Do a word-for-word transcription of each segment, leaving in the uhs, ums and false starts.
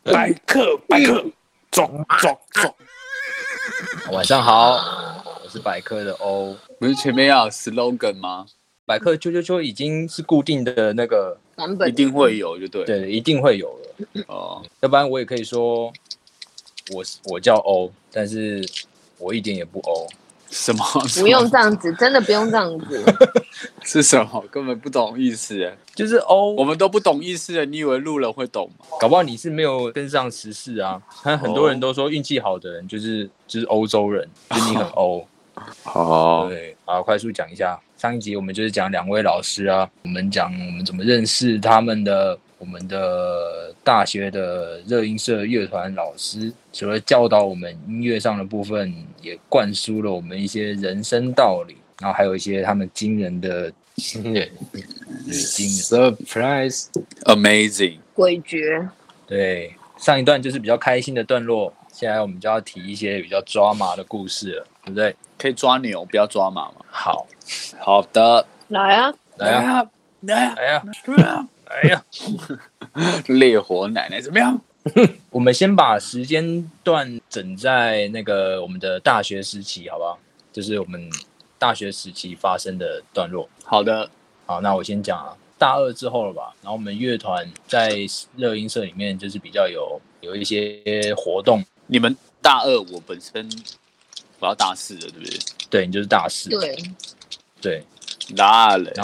百克百克，走走走。 晚上好，我是百科的欧。 不是前面要有 slogan 吗？ 百科啾啾啾已经是固定的那个版本， 一定会有，就对。 对，一定会有了。哦，要不然我也可以说我我叫欧，但是我一点也不欧。 什么？ 不用这样子，真的不用这样子。 是什么？根本不懂意思。 就是欧， 我们都不懂意思的，你以为路人会懂吗？ 搞不好你是没有跟上时事啊。看很多人都说运气好的人就是就是欧洲人，就是你很欧。 哦， 对，好，快速讲一下。上一集我们就是讲两位老师啊，我们讲我们怎么认识他们的，我们的大学的热音社乐团老师，除了教导我们音乐上的部分，也灌输了我们一些人生道理，然后还有一些他们惊人的惊人，对，惊人 surprise amazing 诡谲。 对，上一段就是比较开心的段落，现在我们就要提一些比较抓马的故事了，对不对？ 可以抓牛，不要抓马吗？ 好， 好的， 来啊， 来啊， 来啊， 来啊，来呀！ 烈火奶奶怎么样？ 我们先把时间段整在那个我们的大学时期，好不好？就是我们大学时期发生的段落。 好的， 好，那我先讲啊，大二之后了吧？然后我们乐团在热音社里面就是比较有有一些活动。 你们大二，我本身我要大四了，对不对？ 对，你就是大四。 对对， 哪嘞？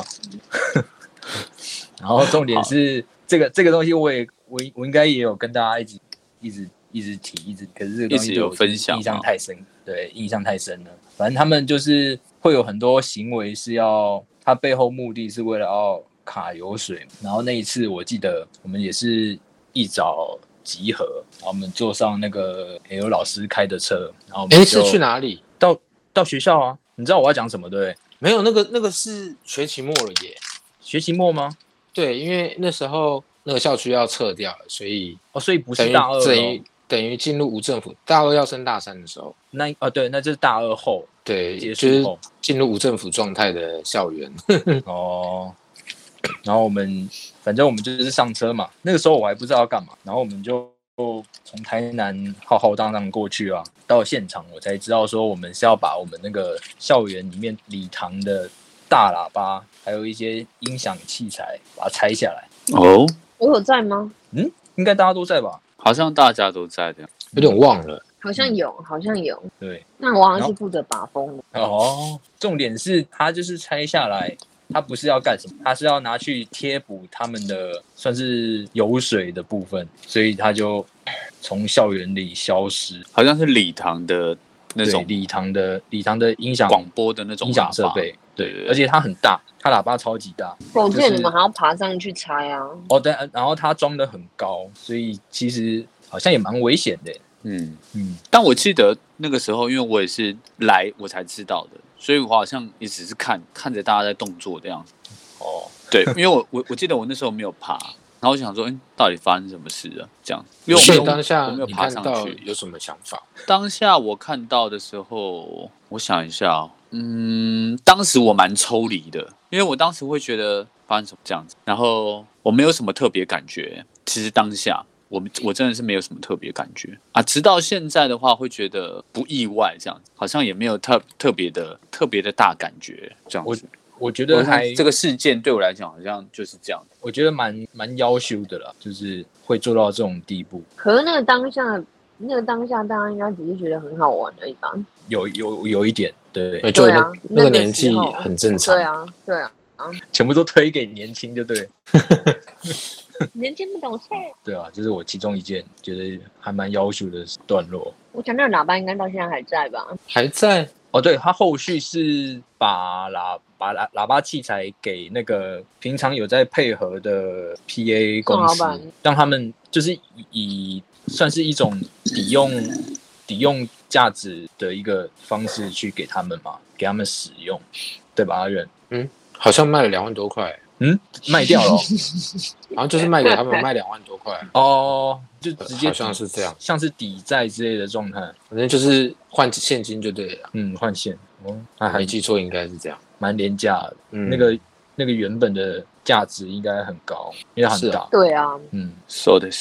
然后重点是这个这个东西我也我我应该也有跟大家一直一直一直提一直，可是这个东西对我分享印象太深，对，印象太深了。反正他们就是会有很多行为是要，他背后目的是为了要卡油水。然后那一次我记得我们也是一早集合，然后我们坐上那个也有老师开的车，然后我们哎，是去哪里？ 到到学校啊。你知道我要讲什么对不对？ 没有，那个那个是学期末了耶。 学期末吗？ 对，因为那时候那个校区要撤掉了，所以哦，所以不是大二等于等于进入无政府，大二要升大三的时候。 那啊对，那就是大二后， 对， 结束后就是进入无政府状态的校园。 哦，然后我们反正我们就是上车嘛，那个时候我还不知道要干嘛，然后我们就从台南浩浩荡荡过去啊，到现场我才知道说我们是要把我们那个校园里面礼堂的大喇叭还有一些音响器材把它拆下来。 哦， 我有在吗？ 嗯，应该大家都在吧？ 好像大家都在的， 有点忘了。 好像有，好像有。 对， 那我好像是负责把风的。 哦，重点是它就是拆下来，它不是要干什么，它是要拿去贴补他们的算是油水的部分，所以它就从校园里消失。 好像是礼堂的那种礼堂的礼堂的音响广播的那种音响设备，对，对对，而且它很大，它喇叭超级大。 我记得你们还要爬上去拆啊。 哦，对，然后它装得很高，所以其实好像也蛮危险的。 嗯嗯， 但我记得那个时候，因为我也是来我才知道的，所以我好像也只是看看着大家在动作的样子。 哦， 对，因为我我我记得我那时候没有爬，然后我想说，哎，到底发生什么事了？这样，因为我没有当下我没有爬上去， 有什么想法？ 当下我看到的时候，我想一下，嗯，当时我蛮抽离的，因为我当时会觉得发生什么这样子，然后我没有什么特别感觉。其实当下。我我真的是没有什么特别感觉啊，直到现在的话，会觉得不意外，这样好像也没有特特别的特别的大感觉，这样子。 我我觉得还这个事件对我来讲，好像就是这样。 我觉得蛮蛮要求的啦，就是会做到这种地步。 可是那个当下，那个当下，大家应该只是觉得很好玩而已吧？ 有有有一点，对， 对，就啊， 那个年纪很正常。 对啊，对啊， 全部都推给年轻，就对。 年轻不懂事。 对啊，这是我其中一件觉得还蛮要求的段落。 我想那个喇叭应该到现在还在吧？ 还在哦，对，他后续是把喇把喇喇叭器材给那个平常有在配合的 P A 公司，让他们就是以, 以算是一种抵用抵用价值的一个方式去给他们嘛，给他们使用，对吧？阿任， 嗯，好像卖了两万多块。 嗯，卖掉了、哦， 然后就是卖给他们卖两万多块哦，就直接好像是这样， 像是抵债之类的状态， 反正就是换现金就对了。 嗯，换现，哦， 还没记错应该是这样， 蛮廉价的，嗯，那个那个原本的价值应该很高，因为它很大， 啊、对啊， 嗯， そうです。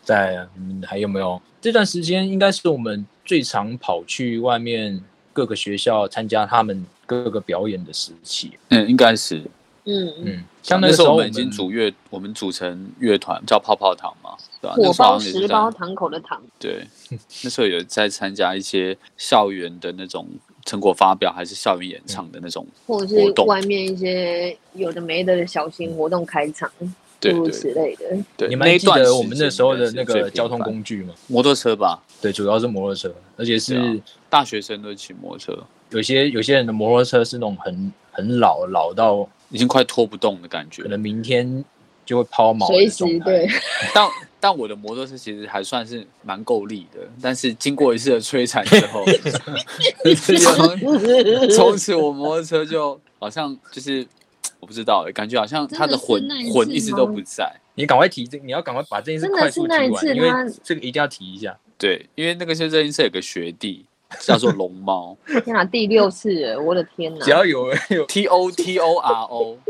再来嗯，还有没有？这段时间应该是我们最常跑去外面各个学校参加他们各个表演的时期。 嗯，应该是。 嗯嗯，像那那个时候时候我们已经组乐，我们组成乐团叫泡泡糖嘛，对吧、那火时候好包像也是在十包堂口的糖， 对，那时候有在参加一些校园的那种成果发表，还是校园演唱的那种或者是活动外面一些有的没的小型活动开场， 对诸如对此类的。 对， 你们还记那一段得我们那时候的那时间应该是最个交通频繁工具吗？ 摩托车吧， 对，主要是摩托车，而且对是啊大学生都骑摩托车， 有些有些人的摩托车是那种很很老老到已经快拖不动的感觉可。能明天就会抛锚随的状态。 时对， 但但我的摩托车其实还算是蛮够力的，但是经过一次的摧残之后，从从此我摩托车就好像就是我不知道欸，感觉好像它的魂真的是那一次魂一直都不在。 你赶快提这，你要赶快把这件事真的快速提是那一完，因为次他这个一定要提一下。 对，因为那个是热音社有个学弟叫做龙猫天哪，第六次了，我的天哪只！要有有 ，T O T O R O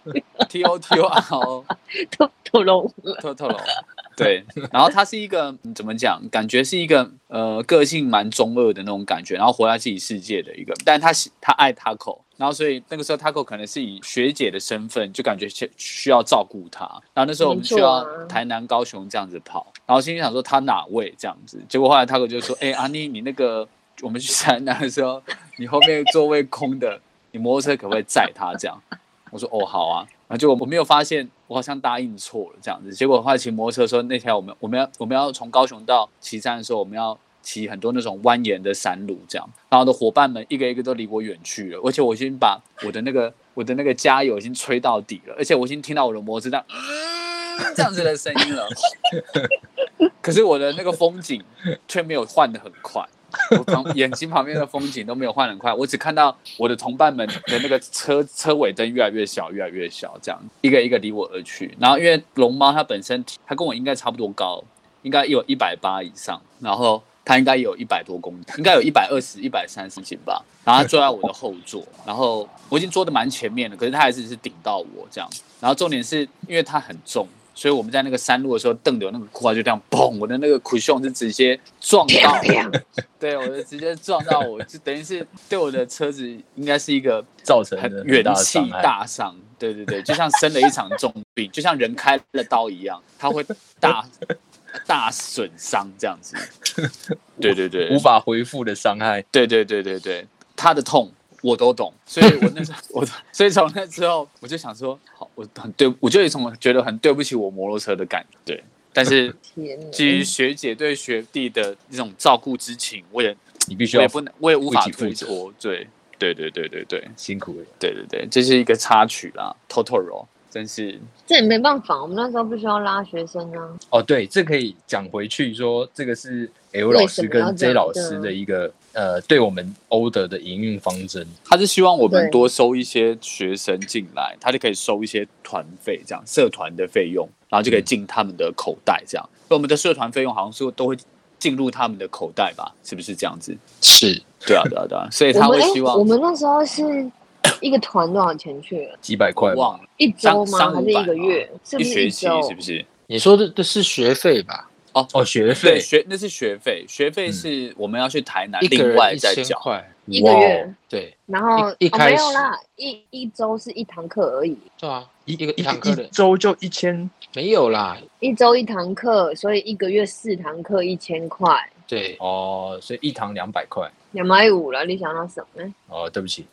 T O T O R O 都都聋了， 透透龙。对，然后他是一个嗯怎么讲？感觉是一个呃个性蛮中二的那种感觉，然后活在自己世界的一个，但他他爱 Taco，然后所以那个时候 Taco 可能是以学姐的身份，就感觉需要照顾他。然后那时候我们需要台南、高雄这样子跑，然后心里想说他哪位这样子，结果后来 Taco 就说：“哎、欸，阿妮，你那个我们去台南的时候，你后面座位空的，你摩托车可不可以载他这样？”我说：“哦，好啊。”然后结果我没有发现，我好像答应错了这样子。结果后来骑摩托车的时候，那条我们我们要我们要从高雄到旗山的时候，我们要骑很多那种蜿蜒的山路这样。然后我的伙伴们一个一个都离我远去了，而且我已经把我的那个我的那个加油已经吹到底了，而且我已经听到我的摩托车这样、嗯、这样子的声音了。可是我的那个风景却没有换得很快。我旁眼睛旁边的风景都没有换很快，我只看到我的同伴们的那个车车尾灯越来越小，越来越小，这样一个一个离我而去。然后因为龙猫它本身它跟我应该差不多高，应该有一百八以上，然后它应该有一百多公斤，应该有一百二十、一百三十斤吧。然后它坐在我的后座，然后我已经坐得蛮前面了，可是它还是是顶到我这样。然后重点是因为它很重。所以我们在那个山路的时候，蹬的那个胯就这样砰，我的那个 cushion 是直接撞到，对，我的直接撞到我，就等于是对我的车子应该是一个造成很元气大大伤，对对对，就像生了一场重病，就像人开了刀一样，它会大大损伤这样子，对对对， 无法恢复的伤害， 对对对对对，他的痛。我都懂，所以我那时候我，所以从那之后我就想说，好，我很对，我就有一种觉得很对不起我摩托车的感觉，对。但是基于学姐对学弟的那种照顾之情，我也你必须要， 我也不能，我也无法推脱，对，对对对对对， 辛苦了， 对对对，这是一个插曲啦 ，Totoro， 真是， 这也没办法，我们那时候不需要拉学生啊。 哦，对，这可以讲回去说，这个是 L 老师跟 J 老师的一个。呃，对我们欧德的营运方针， 他是希望我们多收一些学生进来，他就可以收一些团费，这样社团的费用，然后就可以进他们的口袋，这样。嗯、我们的社团费用好像是都会进入他们的口袋吧？是不是这样子？ 是， 对啊，对啊，对啊。所以他会希望我们、欸、我们那时候是一个团多少钱去了？ 几百块， 忘了， 一周吗？还是一个月？是不是一学期？是不是？ 你说的的是学费吧？ 哦哦，学费学那是学费，学费是我们要去台南另外再缴， 一个月对， 然后一开始、 哦、没有啦，一一周是一堂课而已， 对啊，一一个一堂课的一周就一千， 没有啦， 一周一堂课，所以一个月四堂课一千块， 对， 哦，所以一堂两百块， 两百五了，你想到什么呢？ 哦，对不起。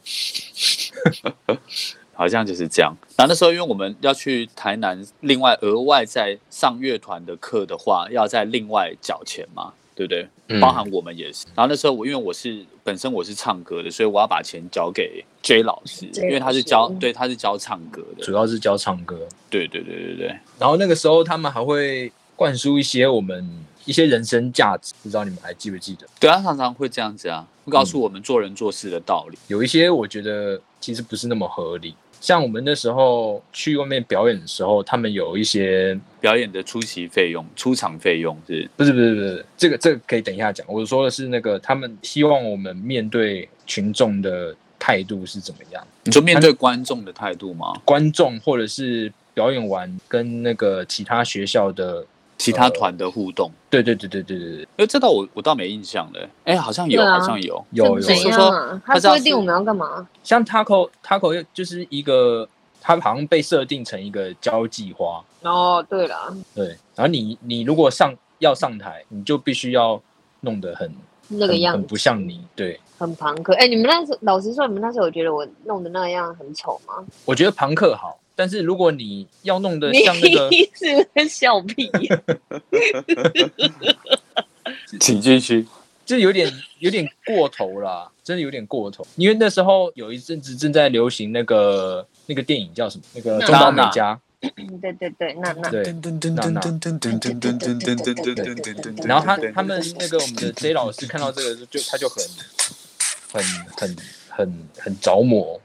好像就是这样。然后那时候，因为我们要去台南，另外额外在上乐团的课的话，要再另外缴钱嘛，对不对？ 嗯、 包含我们也是。然后那时候我因为我是本身我是唱歌的，所以我要把钱交给 J 老师，因为他是教对他是教唱歌的， 主要是教唱歌。 对对对对对。 然后那个时候他们还会灌输一些我们一些人生价值，不知道你们还记不记得？ 对，他常常会这样子啊，会告诉我们做人做事的道理。 嗯、有一些我觉得其实不是那么合理。像我们那时候去外面表演的时候，他们有一些表演的出席费用、出场费用是？ 不是不是不是，这个这个可以等一下讲。我说的是那个他们希望我们面对群众的态度是怎么样？ 你说面对观众的态度吗？ 观众或者是表演完跟那个其他学校的其他团的互动。 对对对对对对对， 因为这倒我我倒没印象了，哎，好像有， 对啊好像有。 有有怎说样啊？他他知道是规定我们要干嘛？ 像 Taco Taco 就是一个，他好像被设定成一个交际花， 哦，对了， 对，然后你你如果上要上台，你就必须要弄得很很很那个样子不像你，对。 很朋克。哎、你们那时候老实说，你们那时候有觉得我弄的那样很丑吗？ 我觉得朋克好，但是如果你要弄得你像那个， 是不是笑屁？ 请继续。 就有点有点过头啦，真的有点过头。因为那时候有一阵子正在流行那个那个电影叫什么？那个那中岛美嘉， 对对对，那那对，那那。然后他他们那个我们的 J 老师看到这个就他就很很很很很着魔。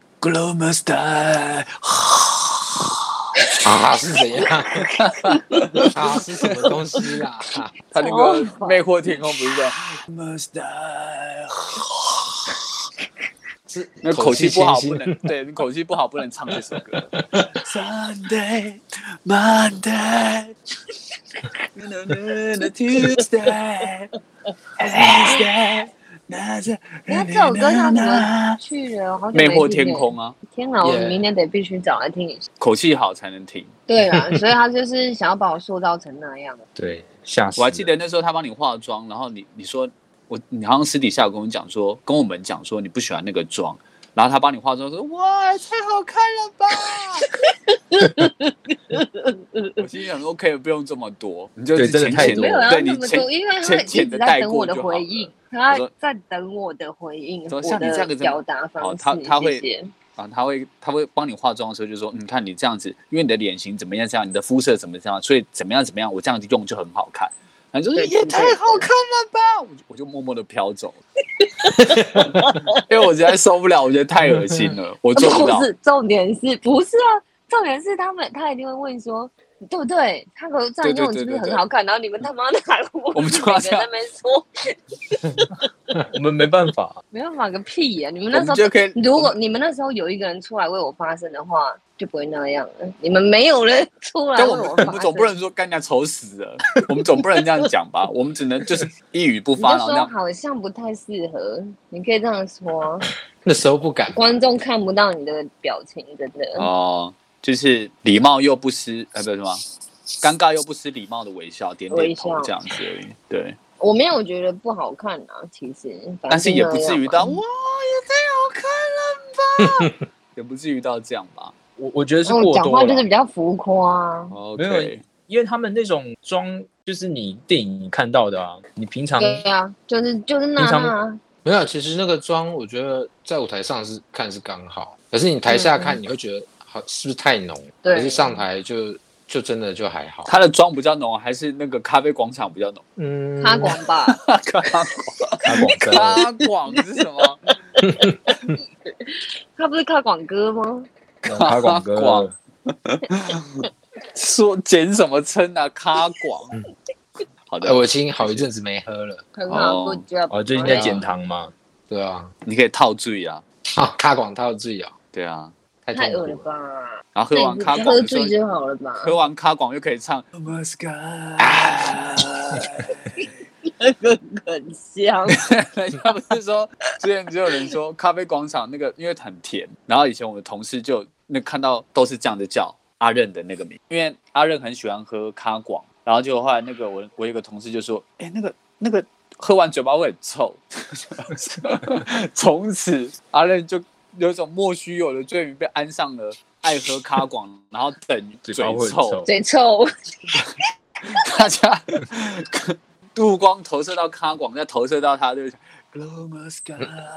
啊是怎样？啊是什么东西啦？ 他那个魅惑天空不是叫是那口气不好清新不能，对，你口气不好不能唱这首歌。Sunday, Monday, Tuesday, Wednesday。 那这首歌要怎么去了？好久魅惑没听了天空啊， 天哪！我 Yeah 明天得必须找来听一下。 口气好才能听。 对啊，所以他就是想要把我塑造成那样。 对，吓死！ 我还记得那时候他帮你化妆，然后你你说我，你好像私底下有跟我讲说，跟我们讲说你不喜欢那个妆，然后他帮你化妆说哇太好看了吧！我心里想说 OK 不用这么多，你就对真的太多浅浅的没有要对你浅那么多，因为他浅一直浅的带在等我的过就好了回应，他我说在等我的回应， 说我像你这样子的表达方哦式。 他他会谢谢啊，他会他会帮你化妆的时候就说，你看你这样子，因为你的脸型怎么样这样，你的肤色怎么这样，所以怎么样怎么样，我这样子用就很好看。然后就说对也太好看了吧，我就我就默默的飘走了，因为我实在受不了，我觉得太恶心了，我做不到不。是重点是不是啊？重点是他们他一定会问说，对不对？他给我这样用是不是很好看？然后你们他妈的还我我们就要这样在那边说， 我们没办法， 没办法个屁呀、你们我那时候们就可以， 如果你们那时候有一个人出来为我发声的话，就不会那样了。你们没有人出来但我们为我发声， 我们总不能说干人家丑死了，我们总不能这样讲吧？我们只能就是一语不你发， 就说然后这样。 好像不太适合，你可以这样说， 那时候不敢。 观众看不到你的表情，真的。 哦，就是礼貌又不失，呃，不是什么，尴尬又不失礼貌的微笑，点点头微笑这样子而已。对， 我没有觉得不好看啊，其实，反正但是也不至于到那样哇，也太好看了吧，也不至于到这样吧。 我我觉得是嘛。我讲过多了， 话就是比较浮夸、啊， OK， 因为他们那种妆就是你电影看到的啊，你平常对啊，就是就是那平常那啊， 没有，其实那个妆，我觉得在舞台上是看是刚好，可是你台下看，你会觉得好是不是太浓？ 对可是上台就就真的就还好。 他的妆比较浓，还是那个咖啡广场比较浓？ 嗯， 咖广吧， 咖广， 打广告， 咖广是什么？ 他不是咖广哥吗？ 打广咖广告， 说简什么称啊？咖广。好的哎，，我已经好一阵子没喝了， 很好，不觉得哦，最近在减糖嘛， 对啊， 你可以套醉啊。 啊，咖广套醉啊， 对啊， 太太恶了痛苦了。 吧？ 然后喝完咖广喝的时候醉，就好了吧？ 喝完咖广又可以唱。 很香， 人家不是说之前就有人说咖啡广场那个因为很甜，然后以前我的同事就那看到都是这样的叫阿任的那个名，因为阿任很喜欢喝咖广，然后就后来那个我我有一个同事就说，哎、那个那个喝完嘴巴会很臭，从此阿任就有一种莫须有的罪名被安上了爱喝咖广，然后等于嘴嘴巴会很臭臭， 嘴臭， 大家目光投射到咖广，再投射到他，就是 Glow my sky。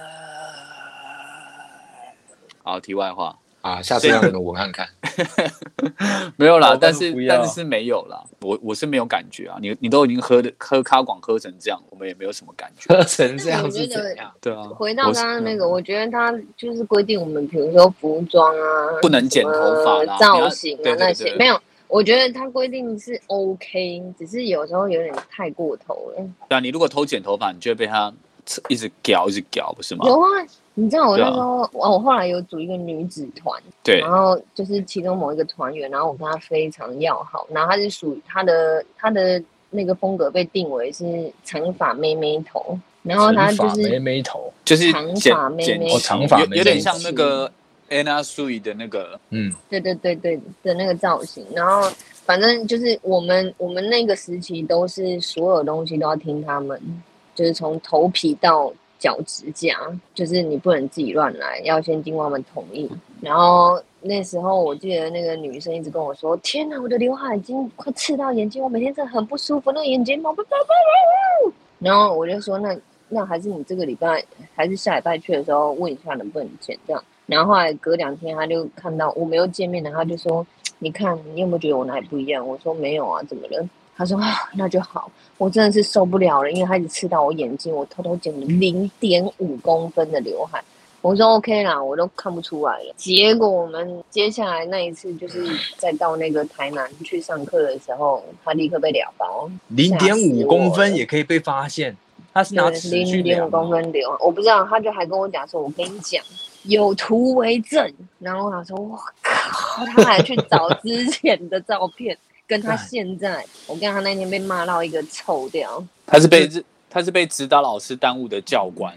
好，题外话， 啊，下次让你们闻看看。 没有啦， 哦但是不要但是是没有啦，我我是没有感觉啊。你你都已经喝的喝咖广喝成这样，我们也没有什么感觉。 喝成这样是怎样？ 对啊， 回到刚刚那个， 我我觉得他就是规定我们，比如说服装啊， 不能剪头发啦什么造型啊对对对那些，没有。我觉得他规定是 OK，只是有时候有点太过头了。 对啊，你如果偷剪头发，你就会被他一直屌一直屌，不是吗？ 有啊，你知道我那时候，我、啊、我后来有组一个女子团， 对， 然后就是其中某一个团员，然后我跟他非常要好，然后他是属于他的他的那个风格被定为是长发妹妹头，然后他就是妹妹头， 就是长发妹妹头， 长发有有点像那个 Anna Sui 的那个， 嗯， 对对对对的那个造型，然后反正就是我们我们那个时期都是所有东西都要听他们，就是从头皮到脚指甲，就是你不能自己乱来，要先经过他们同意。然后那时候我记得那个女生一直跟我说：“天哪，我的刘海已经快刺到眼睛，我每天真的很不舒服，那个眼睫毛。”然后我就说：“那那还是你这个礼拜还是下礼拜去的时候问一下能不能剪这样。”然后后来隔两天他就看到我没有见面，然后他就说：“你看你有没有觉得我哪里不一样？”我说：“没有啊，怎么了？”他说：“啊，那就好。”我真的是受不了了，因为他一直刺到我眼睛，我偷偷剪了零点五公分的刘海。我说 OK 啦，我都看不出来了。结果我们接下来那一次，就是再到那个台南去上课的时候，他立刻被两包。 零点五公分也可以被发现，他是拿尺去零点五公分刘海，我不知道，他就还跟我讲说：“我跟你讲，有图为证。”然后他说：“我靠！”他还去找之前的照片。跟他现在，我跟他那天被骂到一个臭掉。 他是被他是被指导老师耽误的教官，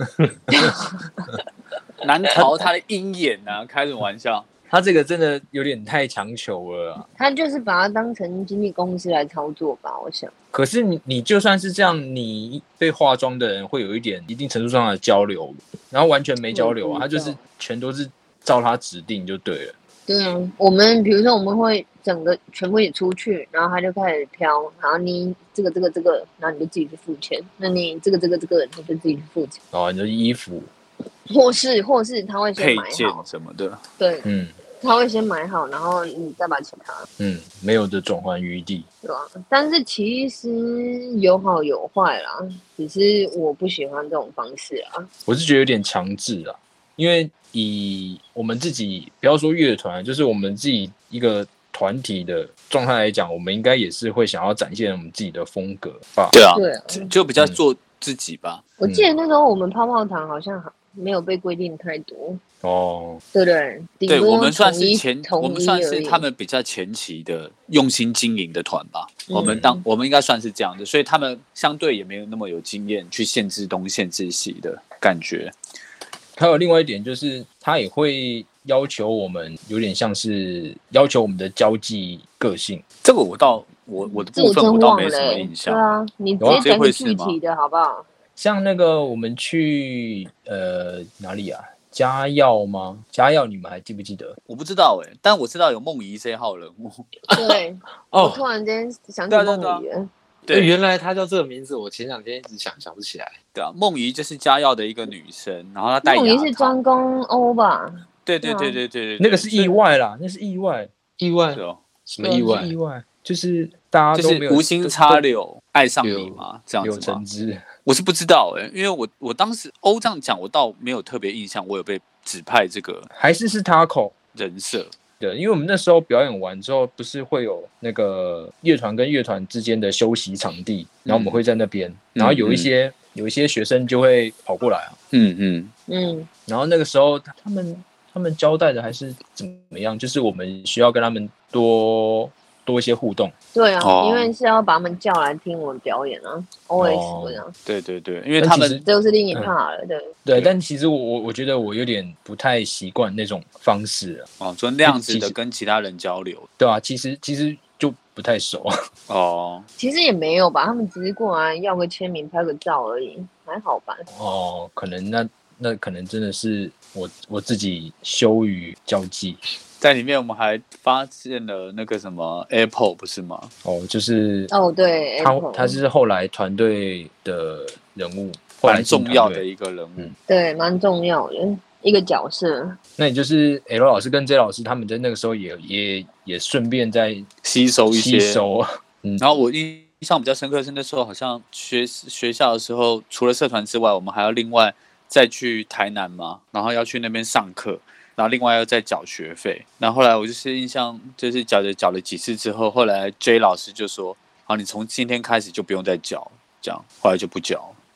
难逃他的鹰眼啊！开什么玩笑？ 他这个真的有点太强求了啊！ 他就是把它当成经纪公司来操作吧，我想。 可是你你就算是这样，你被化妆的人会有一点一定程度上的交流，然后完全没交流啊，他就是全都是照他指定就对了。 对啊，我们比如说我们会整个全部也出去，然后他就开始挑，然后你这个这个这个，然后你就自己去付钱。那你这个这个这个，你就自己去付钱。 哦，你的衣服， 或是或是他会先配买好件什么的， 对， 嗯， 他会先买好，然后你再把其他， 嗯，没有的转换余地， 对吧？但是其实有好有坏啦，只是我不喜欢这种方式啊。 我是觉得有点强制啊，因为以我们自己不要说乐团，就是我们自己一个团体的状态来讲，我们应该也是会想要展现我们自己的风格吧？ 对啊， 对啊， 就就比较做自己吧。 我记得那时候我们泡泡糖好像没有被规定太多。 哦， 对对， 对我们算是前， 我我们算是他们比较前期的用心经营的团吧。 嗯、 我们当我们应该算是这样的，所以他们相对也没有那么有经验去限制东限制西的感觉。 还有另外一点就是，他也会要求我们，有点像是要求我们的交际个性。 这个我倒我我的部分我倒没什么印象。 对啊，你直接讲个具体的好不好？ 像那个我们去呃哪里啊？嘉耀吗？嘉耀你们还记不记得？ 我不知道哎、欸，但我知道有梦怡这号人物。 对， 哦， 我突然间想起梦怡了。 对， 原来她叫这个名字，我前两天一直想想不起来。 对啊，梦怡就是嘉耀的一个女生，然后她戴牙套。 梦怡是专攻欧吧？ 对对对对对对， 那个是意外啦，那是意外， 意外哦， 什么意外？ 意外就是大家都没有， 就是无心插柳爱上你嘛，这样子吗？ 柳橙汁， 我是不知道哎、欸，因为我我当时欧这样讲，我倒没有特别印象，我有被指派这个还是是 Taco 人设。 对，因为我们那时候表演完之后，不是会有那个乐团跟乐团之间的休息场地，然后我们会在那边，嗯、然后有一些、嗯、有一些学生就会跑过来啊， 嗯嗯嗯， 然后那个时候他们他们交代的还是怎么样，就是我们需要跟他们多多一些互动。 对啊， 哦、 因为是要把他们叫来听我们表演啊 ，O S 这样、哦。 对对对，因为他们这就是另一 part 了，对。 对，但其实我我我觉得我有点不太习惯那种方式啊。哦，就那样子的跟其他人交流， 对啊，其实其实就不太熟。 哦， 其实也没有吧，他们只是过来要个签名、拍个照而已，还好吧。 哦，可能那那可能真的是我我自己羞于交际。 在里面我们还发现了那个什么 Apple 不是吗？ 哦，就是哦对， 他他是后来团队的人物， 蛮重要的一个人物， 嗯、 对，蛮重要的一个角色。 那也就是 L 老师跟 J 老师他们在那个时候也也也顺便在吸收一些， 吸收。 嗯，然后我印象比较深刻是那时候好像学学校的时候，除了社团之外，我们还要另外再去台南嘛，然后要去那边上课。然后另外要再缴学费，然后后来我就是印象就是缴了缴了几次之后，后来 J 老师就说：“好，你从今天开始就不用再缴，这样，后来就不缴。”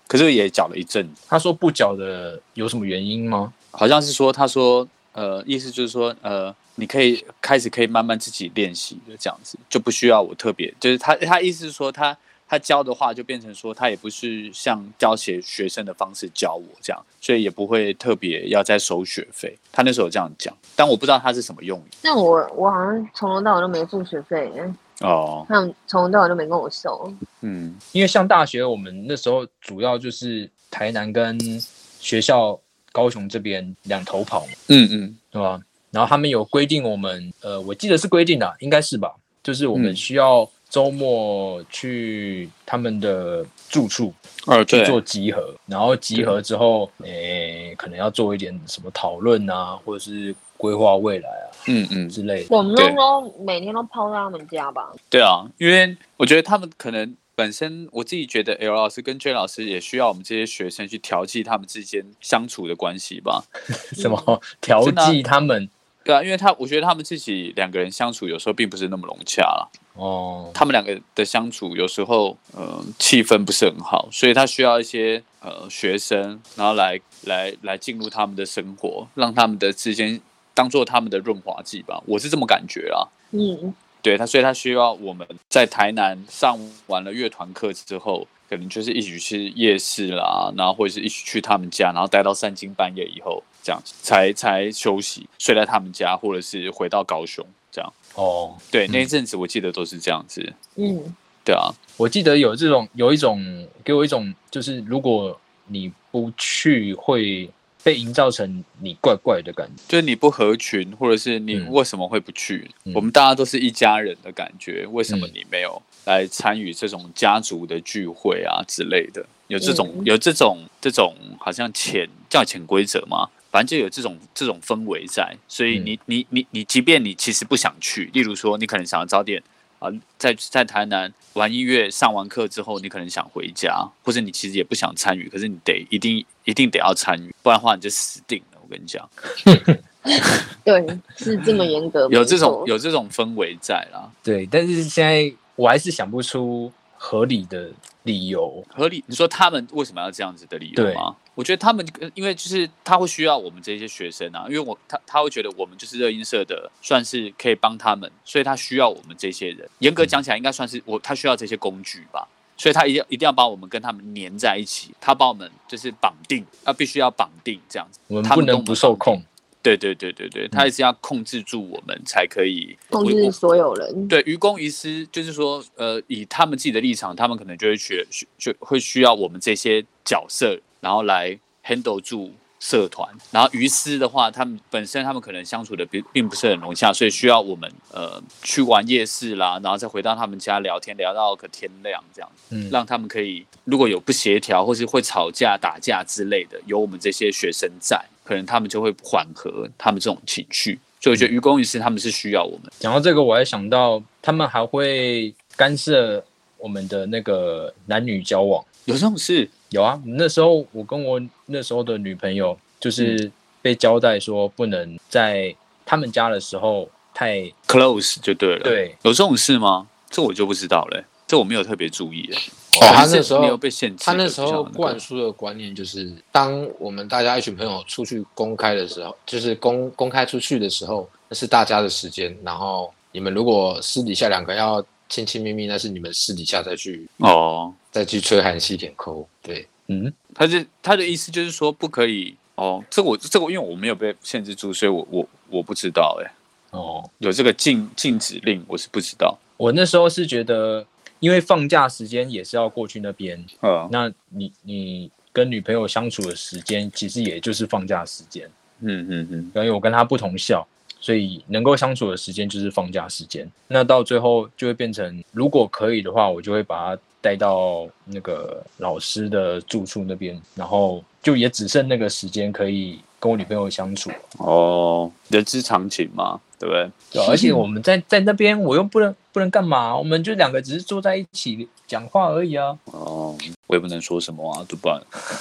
可是也缴了一阵子。 他说不缴的有什么原因吗？ 好像是说，他说，呃，意思就是说，呃，你可以开始可以慢慢自己练习的这样子，就不需要我特别，就是他他意思是说他。他教的话就变成说，他也不是像教学学生的方式教我这样，所以也不会特别要再收学费。他那时候有这样讲，但我不知道他是什么用意。 但我我好像从头到尾都没付学费， 哦， 他们从头到尾都没跟我收。 嗯， 因为像大学，我们那时候主要就是台南跟学校高雄这边两头跑嘛， 嗯嗯， 对吧？然后他们有规定我们，呃，我记得是规定的，应该是吧？就是我们需要周末去他们的住处去做集合，然后集合之后，诶，可能要做一点什么讨论啊，或者是规划未来啊， 嗯嗯之类的。 我们那时候每天都泡在他们家吧？ 对啊，因为我觉得他们可能本身，我自己觉得 L 老师跟 J 老师也需要我们这些学生去调剂他们之间相处的关系吧？ 什么调剂他们？ 对啊，因为他我觉得他们自己两个人相处有时候并不是那么融洽啦。 哦， 他们两个的相处有时候呃气氛不是很好，所以他需要一些呃学生，然后来来来进入他们的生活，让他们的之间当做他们的润滑剂吧，我是这么感觉啦。 嗯， 对他，所以他需要我们在台南上完了乐团课之后，可能就是一起去夜市啦，然后或者是一起去他们家，然后待到三更半夜以后，这样才才休息，睡在他们家，或者是回到高雄这样。 哦， 对，那一阵子我记得都是这样子。 嗯， 对啊， 我记得有这种有一种给我一种，就是如果你不去会被营造成你怪怪的感觉， 就是你不合群，或者是你为什么会不去？嗯、我们大家都是一家人的感觉，为什么你没有来参与这种家族的聚会啊之类的？有这种、嗯、有这种这种好像潜叫潜规则吗？反正就有这种这种氛围在，所以你、嗯、你你你，即便你其实不想去，例如说你可能想要早点啊、呃，在在台南玩音乐，上完课之后，你可能想回家，或者你其实也不想参与，可是你得一定一定得要参与，不然的话你就死定了。我跟你讲， 对，是这么严格， 有这种有这种氛围在啦。 对，但是现在我还是想不出合理的理由。 合理？你说他们为什么要这样子的理由吗？我觉得他们因为就是他会需要我们这些学生啊，因为我他他会觉得我们就是热音社的，算是可以帮他们，所以他需要我们这些人。严格讲起来，应该算是我他需要这些工具吧，所以他一定一定要把我们跟他们黏在一起，他把我们就是绑定，他必须要绑定这样子， 我们不能不受控。 对对对对对，他也是要控制住我们才可以控制所有人。 对，于公于私，就是说，呃，以他们自己的立场，他们可能就会学，就会需要我们这些角色，然后来 handle 住社团。然后于私的话，他们本身他们可能相处的并并不是很融洽，所以需要我们呃去玩夜市啦，然后再回到他们家聊天，聊到个天亮这样，嗯，让他们可以如果有不协调或是会吵架、打架之类的，有我们这些学生在。可能他们就会缓和他们这种情绪，所以我觉得于公于私他们是需要我们。 讲到这个，我还想到他们还会干涉我们的那个男女交往。 有这种事？ 有啊，那时候我跟我那时候的女朋友就是被交代说不能在他们家的时候太 close 就对了。 对， 有这种事吗？这我就不知道了、欸，这我没有特别注意的、欸。 哦，他那时候没有被限制， 他那时候灌输的观念就是，当我们大家一群朋友出去公开的时候，就是公公开出去的时候，那是大家的时间。然后你们如果私底下两个要亲亲密密，那是你们私底下再去哦， 再去吹寒气点抠。对， 嗯，他是他的意思就是说不可以哦。这个我这个因为我没有被限制住，所以我我我不知道哎、欸。哦，有这个禁禁止令，我是不知道。 我那时候是觉得。因为放假时间也是要过去那边， 嗯， 那你你跟女朋友相处的时间，其实也就是放假时间， 嗯嗯嗯， 因为我跟她不同校，所以能够相处的时间就是放假时间。那到最后就会变成，如果可以的话，我就会把她带到那个老师的住处那边，然后就也只剩那个时间可以跟我女朋友相处。 哦，人之常情嘛。对不对？ 对、啊，而且我们在在那边，我又不能不能干嘛？我们就两个只是坐在一起讲话而已啊。 哦，我也不能说什么啊，对不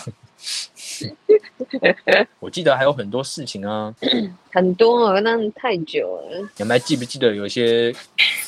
然。我记得还有很多事情啊， 很多啊，但太久了。 你们还记不记得有一些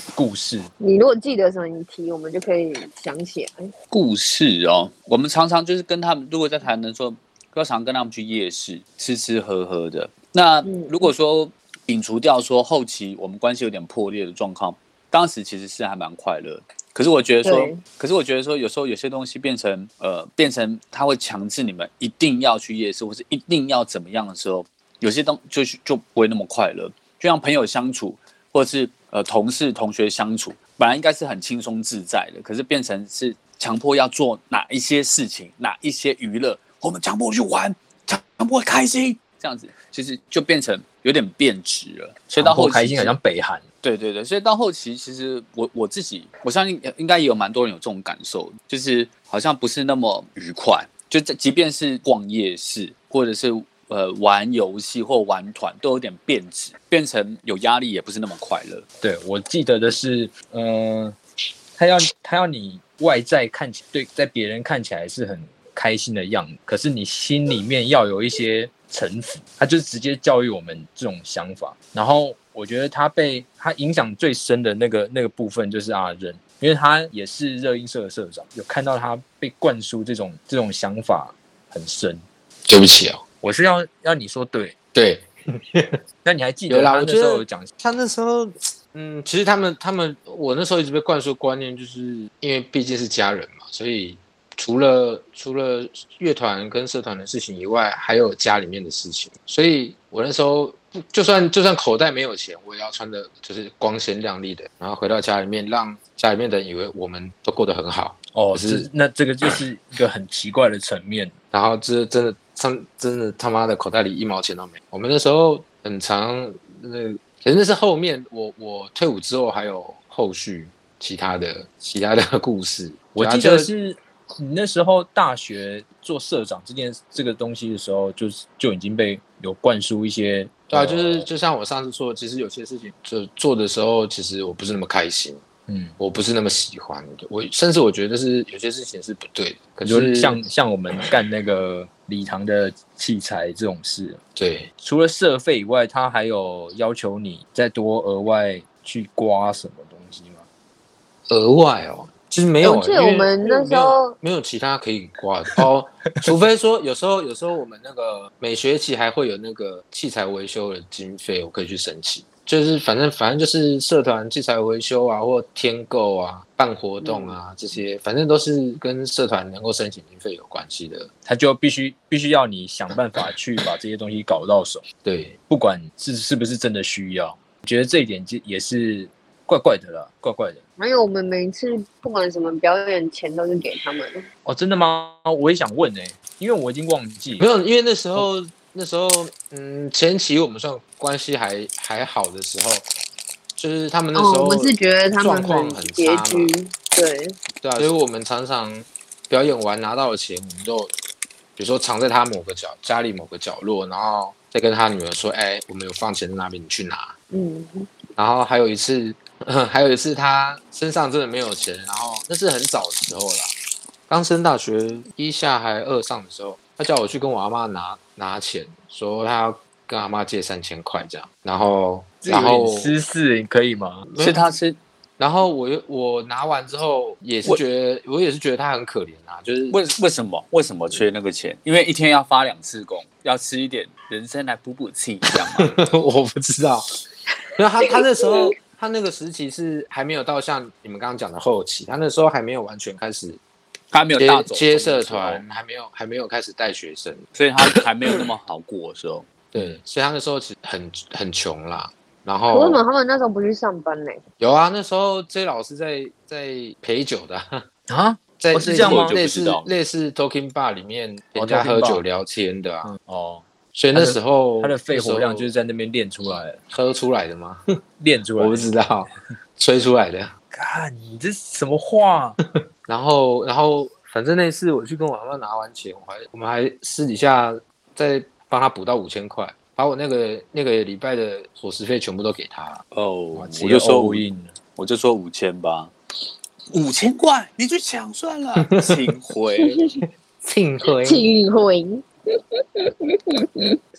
故事？ 你如果记得什么，你提我们就可以想起来。 故事哦，我们常常就是跟他们，如果在台南的时候，要常跟他们去夜市吃吃喝喝的。那如果说摒除掉说后期我们关系有点破裂的状况，当时其实是还蛮快乐的。可是我觉得说，可是我觉得说，有时候有些东西变成呃，变成他会强制你们一定要去夜市，或是一定要怎么样的时候，有些东就就不会那么快乐。就像朋友相处，或者是呃同事同学相处，本来应该是很轻松自在的，可是变成是强迫要做哪一些事情，哪一些娱乐，我们强迫去玩，强迫开心，这样子，其实就变成有点变质了。所以到后期开心，好像北韩。 对对对，所以到后期，其实我我自己，我相信应该也有蛮多人有这种感受，就是好像不是那么愉快。就即便是逛夜市，或者是呃玩游戏或玩团，都有点变质，变成有压力，也不是那么快乐。 对，我记得的是，嗯、呃，他要他要你外在看起对，在别人看起来是很开心的样子，可是你心里面要有一些臣服。他就直接教育我们这种想法，然后。我觉得他被他影响最深的那个那个部分就是阿任，因为他也是热音社的社长，有看到他被灌输这种这种想法很深。 对不起哦， 我是要要你说对对， 那你还记得他那时候有讲？ 他那时候，嗯，其实他们他们我那时候一直被灌输观念，就是因为毕竟是家人嘛，所以除了除了乐团跟社团的事情以外，还有家里面的事情，所以我那时候。就算就算口袋没有钱，我也要穿的就是光鲜亮丽的，然后回到家里面，让家里面的人以为我们都过得很好。 哦，是那这个就是一个很奇怪的层面。 然后这真的，真真的他妈的口袋里一毛钱都没有。我们那时候很常，那可是那是后面我我退伍之后还有后续其他的其他的故事。 我记得是你那时候大学做社长这件这个东西的时候，就就已经被有灌输一些。 对啊，就是就像我上次说的，其实有些事情就做的时候，其实我不是那么开心，嗯，我不是那么喜欢的，我甚至我觉得是有些事情是不对的。可是像像我们干那个礼堂的器材这种事， 对， 除了社费以外，他还有要求你再多额外去刮什么东西吗？ 额外哦。其实没有， 我记得我们那时候没, 没有其他可以挂的哦，除非说有时候有时候我们那个每学期还会有那个器材维修的经费，我可以去申请。就是反正反正就是社团器材维修啊，或添购啊、办活动啊、嗯、这些，反正都是跟社团能够申请经费有关系的。 他就必须必须要你想办法去把这些东西搞到手。 对， 不管是是不是真的需要，我觉得这一点也是怪怪的啦，怪怪的。 还有我们每次不管什么表演钱都是给他们。 哦，真的吗？我也想问哎、欸，因为我已经忘记。 没有，因为那时候、哦、那时候嗯，前期我们算关系还还好的时候，就是他们那时候、 哦、我们是觉得他们很拮据，对对啊，所以我们常常表演完拿到的钱，我们就比如说藏在他某个角家里某个角落，然后再跟他女儿说，哎、欸，我们有放钱在那边，你去拿。嗯，然后还有一次。还有一次，他身上真的没有钱，然后那是很早的时候啦，刚升大学一下还二上的时候，他叫我去跟我阿嬷拿拿钱，说他要跟阿嬷借三千块这样，然后然后私事可以吗？ 是他是， 然后我我拿完之后也是觉得，我也是觉得他很可怜啊，就是为为什么为什么缺那个钱？因为一天要发两次工，要吃一点人参来补补气，这样吗？ 我不知道，因为他他那时候。他那个时期是还没有到像你们刚刚讲的后期，他那时候还没有完全开始， 他没有大走接社团，还没有还没有开始带学生， 所以他还没有那么好过的时候。 对，所以他那时候其实很很穷啦。然后为什么他们那时候不去上班呢？ 有啊，那时候 J 老师在在陪酒的啊， 在哦、是这样吗？ 类似类似 Talking Bar 里面人家喝酒聊天的啊。 嗯、哦。 所以那时候他的肺活量就是在那边练出来的， 喝出来的吗？ 练出来的， 我不知道，吹出来的。 看你这什么话？ 然后，然后，反正那次我去跟我阿嬷拿完钱，我还我们还私底下再帮他补到五千块，把我那个那个礼拜的伙食费全部都给他了。 哦，我就说五亿，我就说五千吧，五千块，你去抢算了，请回， 请回， 请回。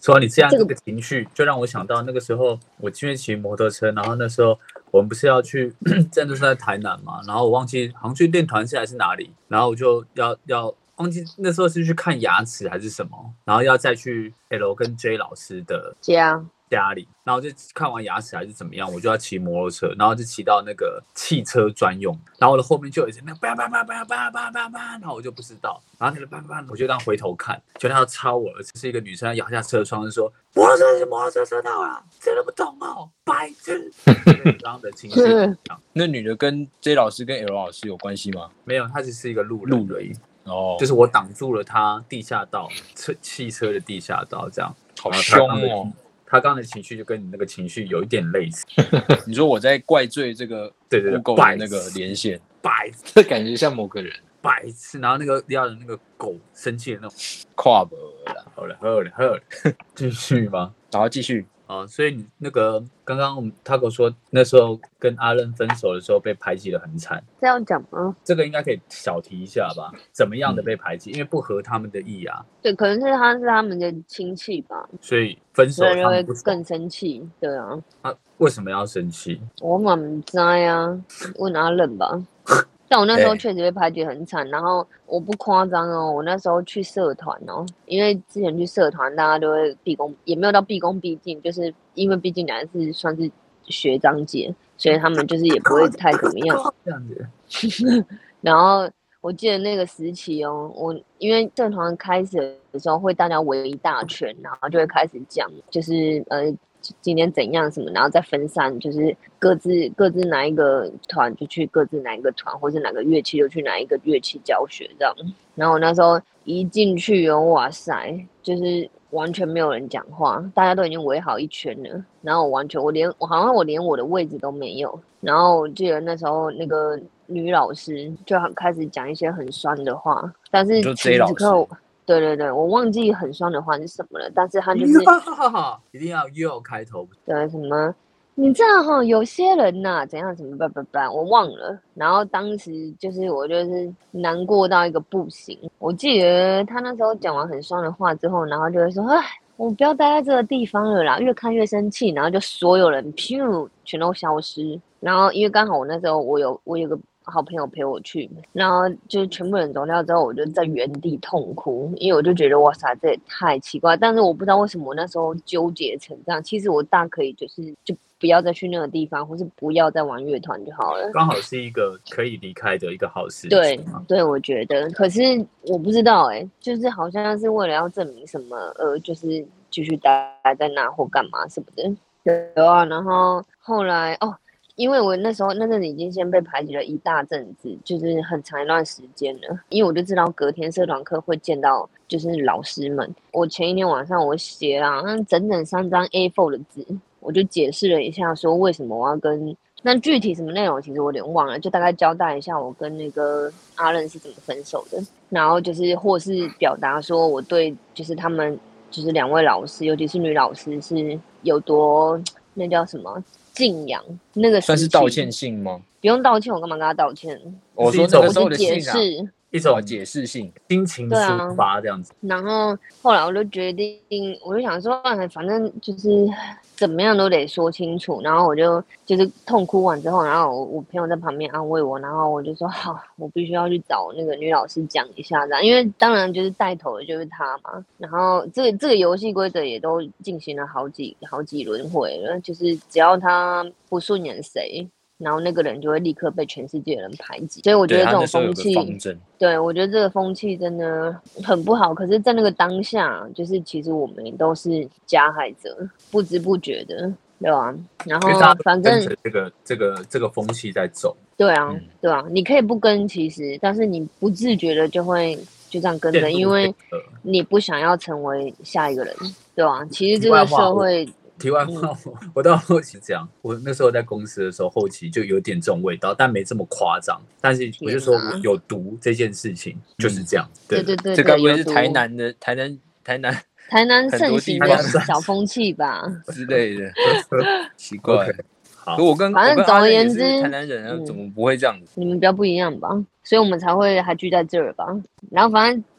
说到你这样这个情绪，就让我想到那个时候我因为骑摩托车，然后那时候我们不是要去真的是在台南嘛，然后我忘记好像去练团式还是哪里，然后我就要要忘记那时候是去看牙齿还是什么，然后要再去 L 跟 J 老师的家家里，然后就看完牙齿还是怎么样，我就要骑摩托车，然后就骑到那个汽车专用，然后我的后面就有一些那叭叭叭叭叭叭叭叭，然后我就不知道，然后那个叭叭，我就当回头看，就他要超我，而且是一个女生摇下车窗就说摩托车是摩托车车道啦，真的不懂哦，白痴。这样的情绪， 那女的跟 J 老师跟 L 老师有关系吗？ 没有，她只是一个路人而已。 哦， 就是我挡住了他地下道，车汽车的地下道，这样。 好凶哦！ 他刚刚的情绪就跟你那个情绪有一点类似。 你说我在怪罪这个对对对 Google 的那个连线， 白痴， 这感觉像某个人白痴，然后那个要的那个狗生气的那种， 跨博了，好了好了好了，继续吗？ 然后继续。 哦，所以你那个刚刚我们 Taco 说那时候跟阿任分手的时候被排挤得很惨， 这样讲吗？ 这个应该可以小提一下吧？怎么样的被排挤？因为不合他们的意啊。 对，可能是他是他们的亲戚吧， 所以分手所以就会他们不爽更生气。对啊， 啊？为什么要生气？ 我嘛不知啊，问阿冷吧。但我那时候确实被排挤很惨，然后我不夸张哦，我那时候去社团哦，因为之前去社团大家都会毕恭，也没有到毕恭毕敬，就是因为毕竟两人是算是学长姐，所以他们就是也不会太怎么样这样子。 然后我记得那个时期哦，我因为社团开始的时候会大家围一大圈，然后就会开始讲，就是呃。今天怎样什么，然后再分散，就是各自各自哪一个团就去各自哪一个团，或是哪个乐器就去哪一个乐器教学这样。然后我那时候一进去哦，哇塞，就是完全没有人讲话，大家都已经围好一圈了。然后我完全我连我好像我连我的位置都没有。然后我记得那时候那个女老师就开始讲一些很酸的话，但是此刻。 对对对，我忘记很酸的话是什么了，但是他就是一定要 U 开头， 对什么，你知道哈，有些人呐、啊、怎样什么叭叭叭，我忘了。然后当时就是我就是难过到一个不行。我记得他那时候讲完很酸的话之后，然后就会说，哎，我不要待在这个地方了啦，越看越生气，然后就所有人噗全都消失。然后因为刚好我那时候我有我有个。好朋友陪我去，然后就是全部人走掉之后，我就在原地痛哭，因为我就觉得哇塞，这也太奇怪。但是我不知道为什么我那时候纠结成这样。其实我大可以就是就不要再去那个地方，或是不要再玩乐团就好了。 刚好是一个可以离开的一个好事情。 对对，我觉得。可是我不知道哎、欸，就是好像是为了要证明什么，呃，就是继续待在那或干嘛什么的。对啊，然后后来哦。因为我那时候那阵子已经先被排挤了一大阵子，就是很长一段时间了。因为我就知道隔天社团课会见到就是老师们。我前一天晚上我写了整整三张 A 四 的纸，我就解释了一下说为什么我要跟，那具体什么内容其实我有点忘了，就大概交代一下我跟那个阿任是怎么分手的，然后就是或是表达说我对就是他们就是两位老师，尤其是女老师是有多那叫什么。敬仰那个算是道歉信吗？ 不用道歉，我干嘛跟他道歉？ 我说那个时候的解信啊， 释一种解释性、 心情抒发这样子。 啊、然后后来我就决定，我就想说，反正就是怎么样都得说清楚。然后我就就是痛哭完之后，然后我我朋友在旁边安慰我，然后我就说好，我必须要去找那个女老师讲一下这样，因为当然就是带头的就是她嘛。然后这个这个游戏规则也都进行了好几好几轮回了，就是只要他不顺眼谁。然后那个人就会立刻被全世界的人排挤，所以我觉得这种风气， 对, 对我觉得这个风气真的很不好。可是，在那个当下，就是其实我们都是加害者，不知不觉的，对吧？然后反正这个这个这个风气在走， 对啊， 嗯、 对啊，你可以不跟，其实，但是你不自觉的就会就这样跟着，因为你不想要成为下一个人，对吧？其实这个社会。 题外话，我我到后期这样，我那时候在公司的时候，后期就有点这种味道，但没这么夸张。但是我就说有毒这件事情就是这样。 对对对， 这该不会是台南的台南台南台南盛行的小风气吧之类的？奇怪。 好， 我跟反正总而言之， 台南人怎么不会这样子？ 你们比较不一样吧，所以我们才会还聚在这儿吧。然后反正。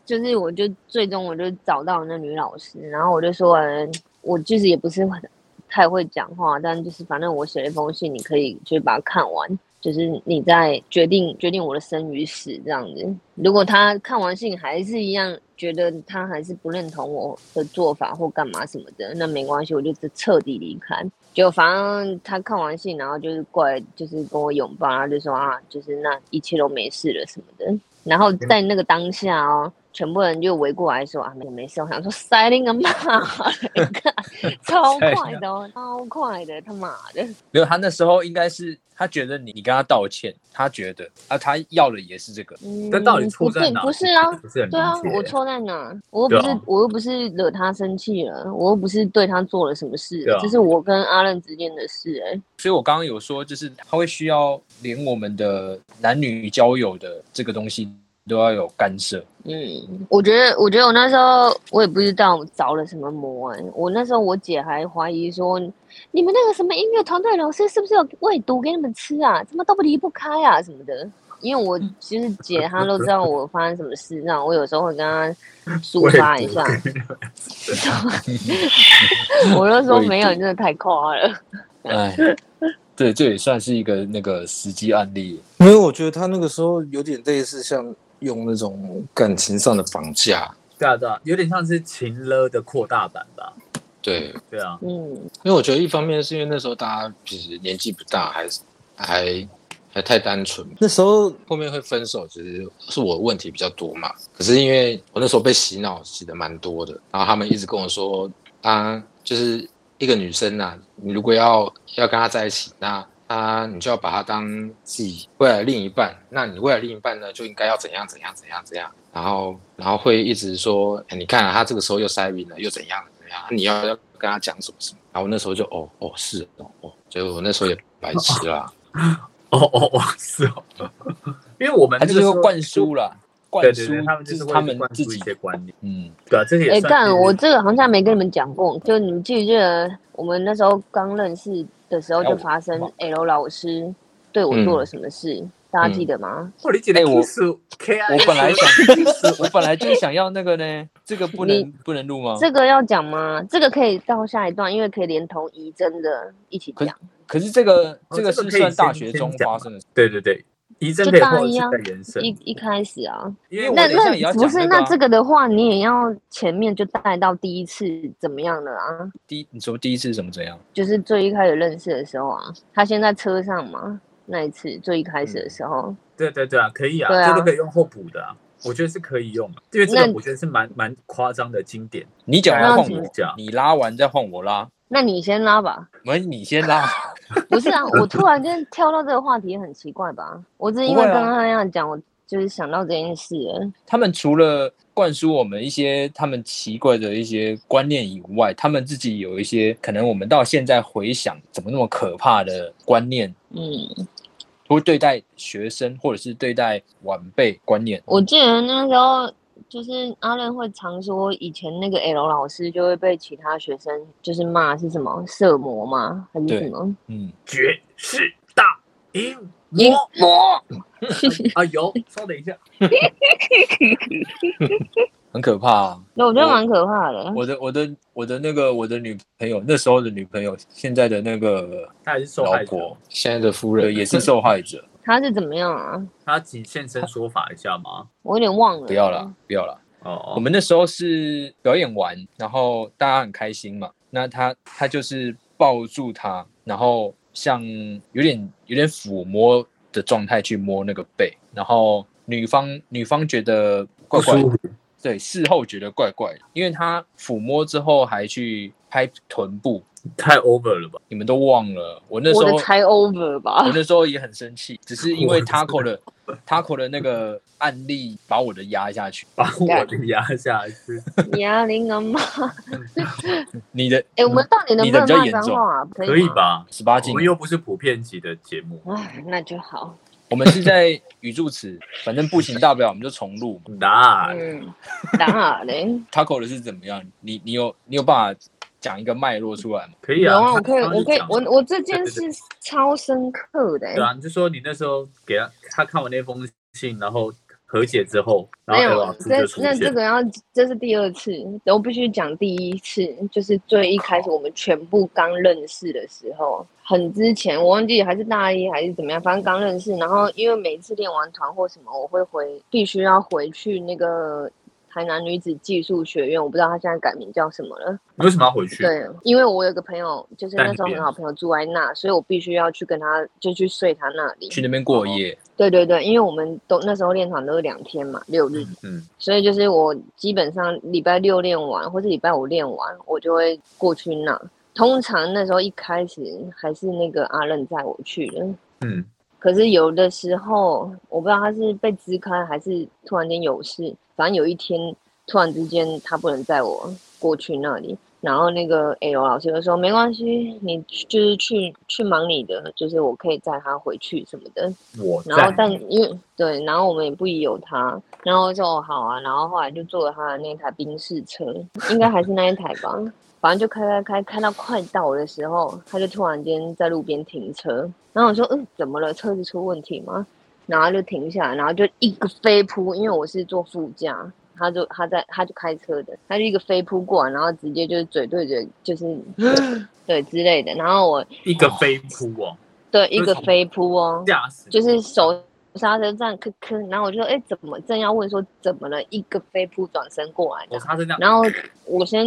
就是我就最终我就找到那女老师，然后我就说，嗯，我就是也不是太会讲话，但就是反正我写了一封信，你可以就是把它看完，就是你再决定决定我的生与死这样子。如果他看完信还是一样觉得他还是不认同我的做法或干嘛什么的，那没关系，我就彻底离开。就反正他看完信，然后就是过来就是跟我拥抱，然后就说啊，就是那一切都没事了什么的。然后在那个当下哦，全部人就围过来说啊，没没事。我想说塞林个妈，你看超快的哦，超快的，他妈的！ 没有，他那时候应该是他觉得你你跟他道歉，他觉得啊，他要的也是这个。 嗯， 但到底错在哪？ 不是啊， 不是很理解对啊，我错在哪？我又不是、啊、我又不是惹他生气了，我又不是对他做了什么事，啊、这是我跟阿任之间的事哎、欸。 所以我刚刚有说，就是他会需要连我们的男女交友的这个东西都要有干涉。 嗯，我觉得，我觉得我那时候我也不知道着了什么魔哎、欸。我那时候我姐还怀疑说，你们那个什么音乐团队老师是不是有喂毒给你们吃啊？怎么都离不开啊什么的。因为我其实姐她都知道我发生什么事，那我有时候会跟她抒发一下。我就说没有，你真的太夸了。 哎，对，这也算是一个那个实际案例。 因为我觉得他那个时候有点类似像用那种感情上的绑架。 对啊，对啊，有点像是情勒的扩大版吧。 对， 对啊， 嗯， 因为我觉得一方面是因为那时候大家其实年纪不大，还是还。还太单纯，那时候后面会分手，其实是我的问题比较多嘛。可是因为我那时候被洗脑洗的蛮多的，然后他们一直跟我说，啊，就是一个女生啊，你如果要要跟她在一起，那她你就要把她当自己未来的另一半，那你未来另一半呢就应该要怎样怎样怎样怎样，然后然后会一直说，哎，你看啊，他这个时候又塞宾了，又怎样怎样，你要要跟他讲什么什么。然后我那时候就哦哦是哦哦，所以我那时候也白痴啦。 哦哦哦，是哦，因为我们还是会灌输啦，灌输他们就是他们自己一些观念， 嗯， 对啊，这个也哎， 算。 干，我这个好像没跟你们讲过，就你们记不记得我们那时候刚认识的时候就发生 L 老师对我做了什么事，嗯、大家记得吗？ 哦，你记得？ 哎，我我本来想，我本来就想要那个呢，这个不能不能录吗？ 这个要讲吗？这个可以到下一段，因为可以连同仪真的一起讲。 可是这个这个是算大学中发生的事， 对对对，仪真可以后续再延伸。 一一开始啊， 因为那那不是那这个的话，你也要前面就带到第一次怎么样的啊？ 第你说第一次怎么怎样？ 就是最一开始认识的时候啊，他先在车上嘛，那一次最一开始的时候。 嗯、对对对啊，可以啊，啊这个可以用后补的啊。我觉得是可以用的，因为这个我觉得是蛮蛮夸张的经典。 你讲完换我讲，你拉完再换我拉。 那你先拉吧。 没，你先拉。 不是啊，我突然间跳到这个话题很奇怪吧？我只是因为刚刚那样讲，我就是想到这件事了。 他们除了灌输我们一些他们奇怪的一些观念以外，他们自己有一些可能我们到现在回想怎么那么可怕的观念。 嗯。 会对待学生或者是对待晚辈观念。 我记得那时候就是阿任会常说，以前那个 L 老师就会被其他学生就是骂是什么色魔吗？还是什么？ 嗯， 绝世大淫淫魔。 啊有，稍等一下。 很可怕啊！ 那我觉得蛮可怕的。 我的我的我的那个我的女朋友，那时候的女朋友，现在的那个她也是受害者， 现在的夫人也是受害者。 她是怎么样啊？ 她请现身说法一下吗？ 我有点忘了。 不要了，不要了。 哦， 我们那时候是表演完，然后大家很开心嘛。那他他就是抱住她，然后像有点有点抚摸的状态去摸那个背，然后女方女方觉得怪怪的。对，事后觉得怪怪的，因为他抚摸之后还去拍臀部， 太 over 了吧？ 你们都忘了，我那时候我的才 over 吧？ 我那时候也很生气，只是因为 Taco 的 Taco 的那个案例把我的压下去， 把我的压下去。 压铃啊妈！ 你的哎，我们到底能不能骂脏话啊？ 可以吧？ 十八禁， 我们又不是普遍级的节目。 哎，那就好。 我们是在语助词，反正不行，大不了我们就重录。 那， 嗯，哪嘞 ？Taco 的是怎么样？你你有你有办法讲一个脉络出来吗？ 可以啊， 有啊，我可以，我可以，我我这件事超深刻的、欸。 对啊，你就说你那时候给他，他看完那封信，然后和解之后，然后 L 老师就出现。 那这个要这是第二次，我必须讲第一次，就是最一开始我们全部刚认识的时候，很之前我忘记还是大一还是怎么样，反正刚认识。然后因为每一次练完团或什么，我会回必须要回去那个台南女子技术学院，我不知道他现在改名叫什么了。 你为什么要回去？ 对，因为我有个朋友，就是那时候很好朋友住在那，所以我必须要去跟他，就去睡他那里， 去那边过夜。 对对对，因为我们都那时候练团都是两天嘛，六日， 嗯， 所以就是我基本上礼拜六练完，或是礼拜五练完，我就会过去那。通常那时候一开始还是那个阿任载我去的， 嗯， 可是有的时候我不知道他是被支开还是突然间有事，反正有一天突然之间他不能载我过去那里。然后那个 L 老师就说没关系，你就是去去忙你的，就是我可以载他回去什么的。 我然后但因为对，然后我们也不疑有他，然后就说好啊，然后后来就坐了他的那台宾士车，应该还是那一台吧，反正就开开开开到快到的时候，他就突然间在路边停车，然后我说嗯怎么了，车子出问题吗？然后他就停下来，然后就一个飞扑，因为我是坐副驾。他就他在他就开车的，他就一个飞扑过来，然后直接就是嘴对着，就是对之类的。然后我一个飞扑哦， 对，一个飞扑哦，就是手刹车这样咳咳，然后我就说，哎、欸，怎么正要问说怎么了，一个飞扑转身过来的，然后我先，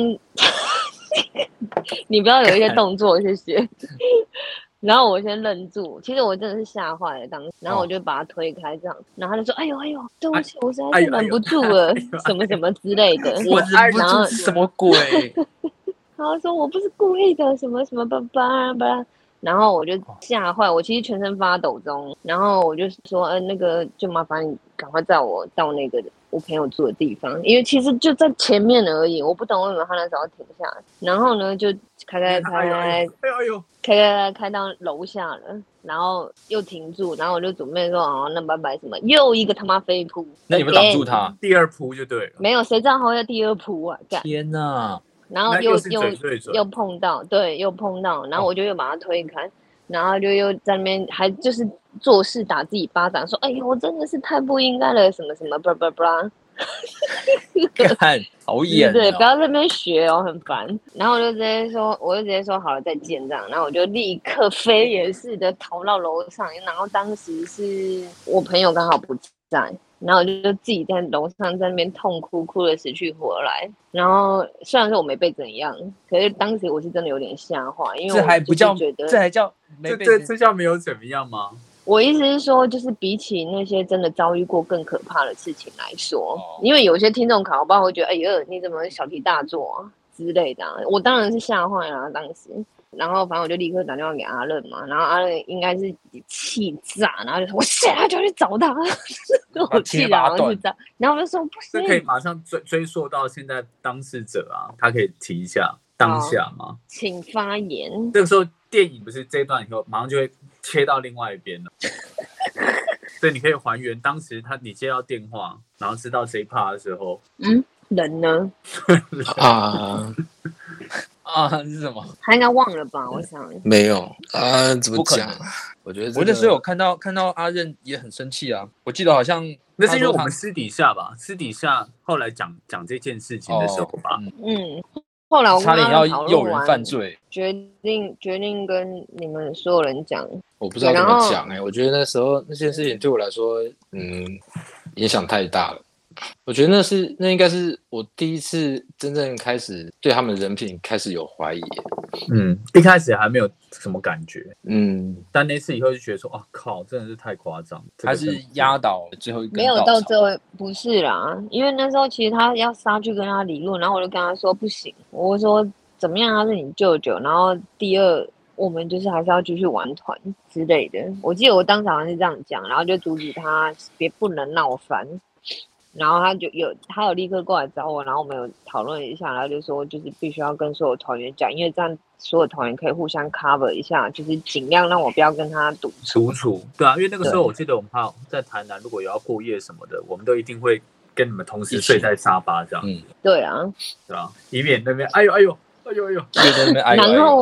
你不要有一些动作，谢谢。然后我先愣住，其实我真的是吓坏了当时，然后我就把他推开这样，然后他就说：“哎呦哎呦，对不起，我实在是忍不住了，哎、什么什么之类的。” 我忍不住是什么鬼？ 然后说我不是故意的，什么什么叭叭叭。然后我就吓坏，我其实全身发抖中，然后我就说：“呃，那个就麻烦你赶快载我到那个我朋友住的地方，因为其实就在前面而已，我不懂为什么他那时候停下来。然后呢，就开开开开，哎呦，开开开开到楼下了，然后又停住，然后我就准备说哦，那拜拜什么，又一个他妈飞扑， 那你们挡住他， 第二扑就对了， 没有，谁知道还会第二扑啊？ 天哪！ 然后又又又又碰到，对，又碰到，然后我就又把他推开。哦，然后就又在那边还就是做事打自己巴掌，说：“哎呦，我真的是太不应该了，什么什么，叭叭叭。” 看，好演、哦。 对，不要在那边学哦，很烦。然后我就直接说，我就直接说好了，再见这样。然后我就立刻飞也似的逃到楼上，然后当时是我朋友刚好不在。然后我就自己在楼上在那边痛哭，哭得死去活来。然后虽然说我没被怎样，可是当时我是真的有点吓坏，因为这还不叫觉得这还叫没被这这叫没有怎么样吗？ 我意思是说，就是比起那些真的遭遇过更可怕的事情来说，哦、因为有些听众考不好会觉得，哎呦，你怎么小题大做啊之类的、啊。我当然是吓坏了、啊、当时。然后反正我就立刻打电话给阿任嘛，然后阿任应该是气炸，然后就说我现在就去找他，我气的然后去找，然后我就说不行， 这可以马上追追溯到现在当事者啊，他可以提一下当下吗？ 请发言。 这个时候电影不是这一段以后马上就会切到另外一边了，所以你可以还原当时他你接到电话，然后知道这一 part 的时候， 嗯，人呢？ 啊。 啊，是什么？ 他应该忘了吧？我想没有啊，怎么讲？我觉得、这个、 我那时候有看到看到阿任也很生气啊。我记得好像那是因为我们私底下吧，私底下后来讲讲这件事情的时候吧， 哦、嗯，后来我差点要诱人犯罪， 决定决定跟你们所有人讲。 我不知道怎么讲哎、欸，我觉得那时候那件事情对我来说，嗯，影响太大了。我觉得那是那应该是我第一次真正开始对他们人品开始有怀疑。 嗯，一开始还没有什么感觉， 嗯， 但那次以后就觉得说，哦靠，真的是太夸张， 他是压倒最后一根没有到最后，不是啦，因为那时候其实他要杀去跟他理论，然后我就跟他说不行，我说怎么样他是你舅舅，然后第二我们就是还是要继续玩团之类的。我记得我当时好像是这样讲，然后就阻止他别不能闹翻。然后他就有，他有立刻过来找我，然后我们有讨论一下，然后就说就是必须要跟所有团员讲，因为这样所有团员可以互相 cover 一下，就是尽量让我不要跟他独处。 独处，对啊，因为那个时候我记得我们怕在台南，如果有要过夜什么的，我们都一定会跟你们同时睡在沙发这样。 嗯， 对啊， 对啊，以免那边哎呦哎呦哎呦哎呦， 然后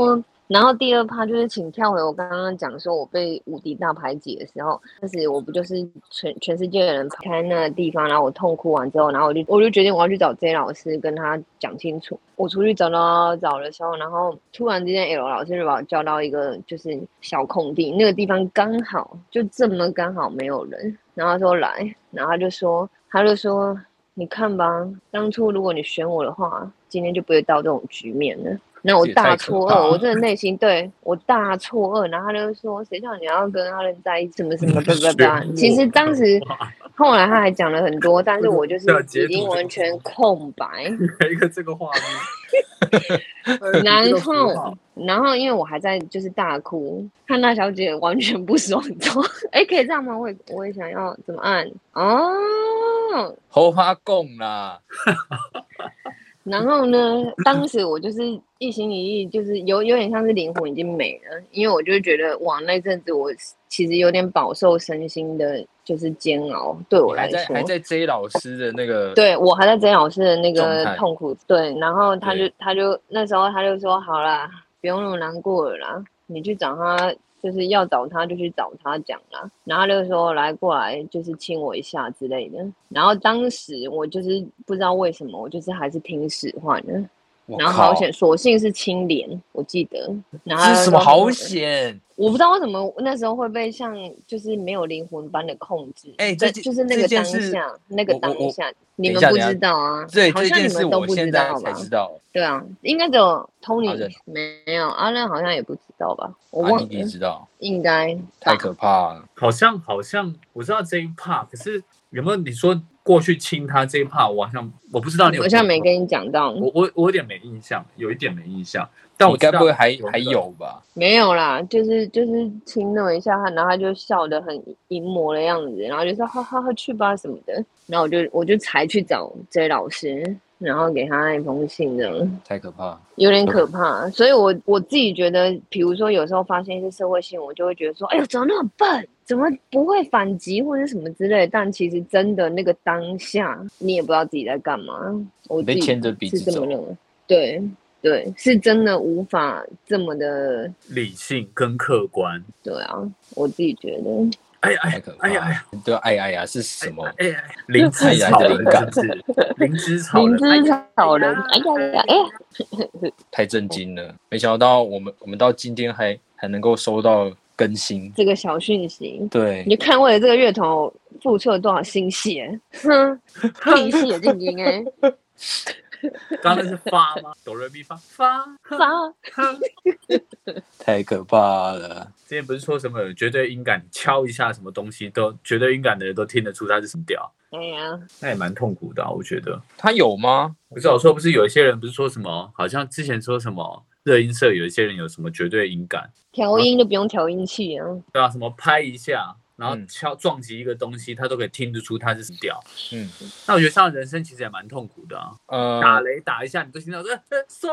然后第二趴就是请跳回我刚刚讲说我被无敌大排挤的时候，当时我不就是全全世界的人排开那个地方，然后我痛哭完之后，然后我就我就决定我要去找 J 老师跟他讲清楚。我出去找找找的时候，然后突然之间 L 老师就把我叫到一个就是小空地，那个地方刚好就这么刚好没有人，然后他说来，然后他就说他就说你看吧，当初如果你选我的话，今天就不会到这种局面了。那我大错愕，我真的内心对我大错愕。然后他就说：“谁叫你要跟阿伦在一起？什么什么不不不。”其实当时后来他还讲了很多，但是我就是已经完全空白。 一个这个画面， 然后然后因为我还在就是大哭，汉娜小姐完全不爽，说：“哎，可以这样吗？我也我也想要怎么按哦。” 好话讲啦。 然后呢，当时我就是一心一意，就是有有点像是灵魂已经没了，因为我就觉得哇，那阵子我其实有点饱受身心的，就是煎熬。对我来说， 还在还在 J 老师的那个， 对我还在 J 老师的那个痛苦。对，然后他就他就那时候他就说，好啦，不用那么难过了啦，你去找他。就是要找他就去找他讲啦，然后他就说来过来就是亲我一下之类的，然后当时我就是不知道为什么我就是还是听使唤的，然后好险，所幸是清廉，我记得。然后这是什么好险？ 我不知道为什么那时候会被像就是没有灵魂般的控制。 哎、欸，这就是那个当下，那个当下，你们不知道啊？ 对， 好像你们都不知道吧？ 才知道。 对啊，应该只有 Tony 没有，阿任好像也不知道吧？我忘了。 你知道？ 应该。 太可怕了。 好像好像我知道这一 part， 可是有没有你说过去亲他这一 part， 我好像我不知道你有。 好像没跟你讲到。 我我我有点没印象，有一点没印象。但我该不会还还有吧？ 没有啦，就是就是亲那么一下，然后他就笑得很淫魔的样子，然后就说哈哈哈去吧什么的，然后我就我就才去找 J 老师，然后给他一封信的。 太可怕， 有点可怕。所以我我自己觉得，比如说有时候发现一些社会新闻，我就会觉得说，哎呦，怎么那么笨，怎么不会反击或者什么之类的。但其实真的那个当下，你也不知道自己在干嘛。我自己是这么认为，对。对，是真的无法这么的理性跟客观。 对啊，我自己觉得。 哎呀哎呀哎呀哎呀， 对，哎呀呀是什么？ 哎呀，灵芝草人感是灵芝草人， 灵芝草人，哎呀呀哎呀， 太震惊了！没想到我们我们到今天还还能够收到更新这个小讯息。 对， 你就看为了这个乐团付出了多少心血，哼，屁血晶晶哎。 刚刚是发吗？哆来咪发发发， 太可怕了。 之前不是说什么绝对音感，敲一下什么东西都绝对音感的人都听得出它是什么调。 哎呀， 那也蛮痛苦的、啊，我觉得。 他有吗？ 不是我说，不是有一些人不是说什么，好像之前说什么热音社有一些人有什么绝对音感， 调音就不用调音器啊。 对啊，什么拍一下。然后敲撞击一个东西，他都可以听得出它是什么调。嗯，那我觉得这样的人生其实也蛮痛苦的啊。呃，打雷打一下，你都听到说呃说，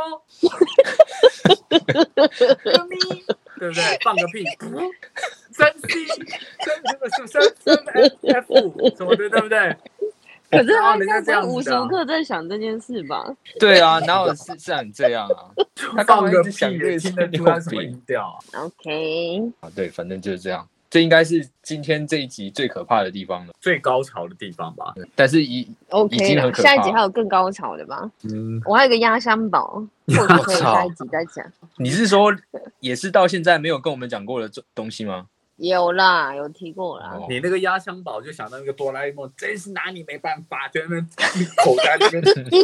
咪，对不对？放个屁，三 C， 三三三 F 什么的，对不对？ 可是他应该不会无时无刻在想这件事吧？ 对啊，哪有是像你这样啊？他放个屁，听得出他什么音调啊 ？OK， 啊，对，反正就是这样。这应该是今天这一集最可怕的地方了， 最高潮的地方吧。 但是已 OK 已经很可怕。 下一集还有更高潮的吧？嗯，我还有一个压箱宝，或者可以下一集再讲。 你是说也是到现在没有跟我们讲过的东西吗？ 有啦，有提过啦。 你那个压箱宝就想到那个哆啦 A 梦，真是拿你没办法，就在那口袋里面。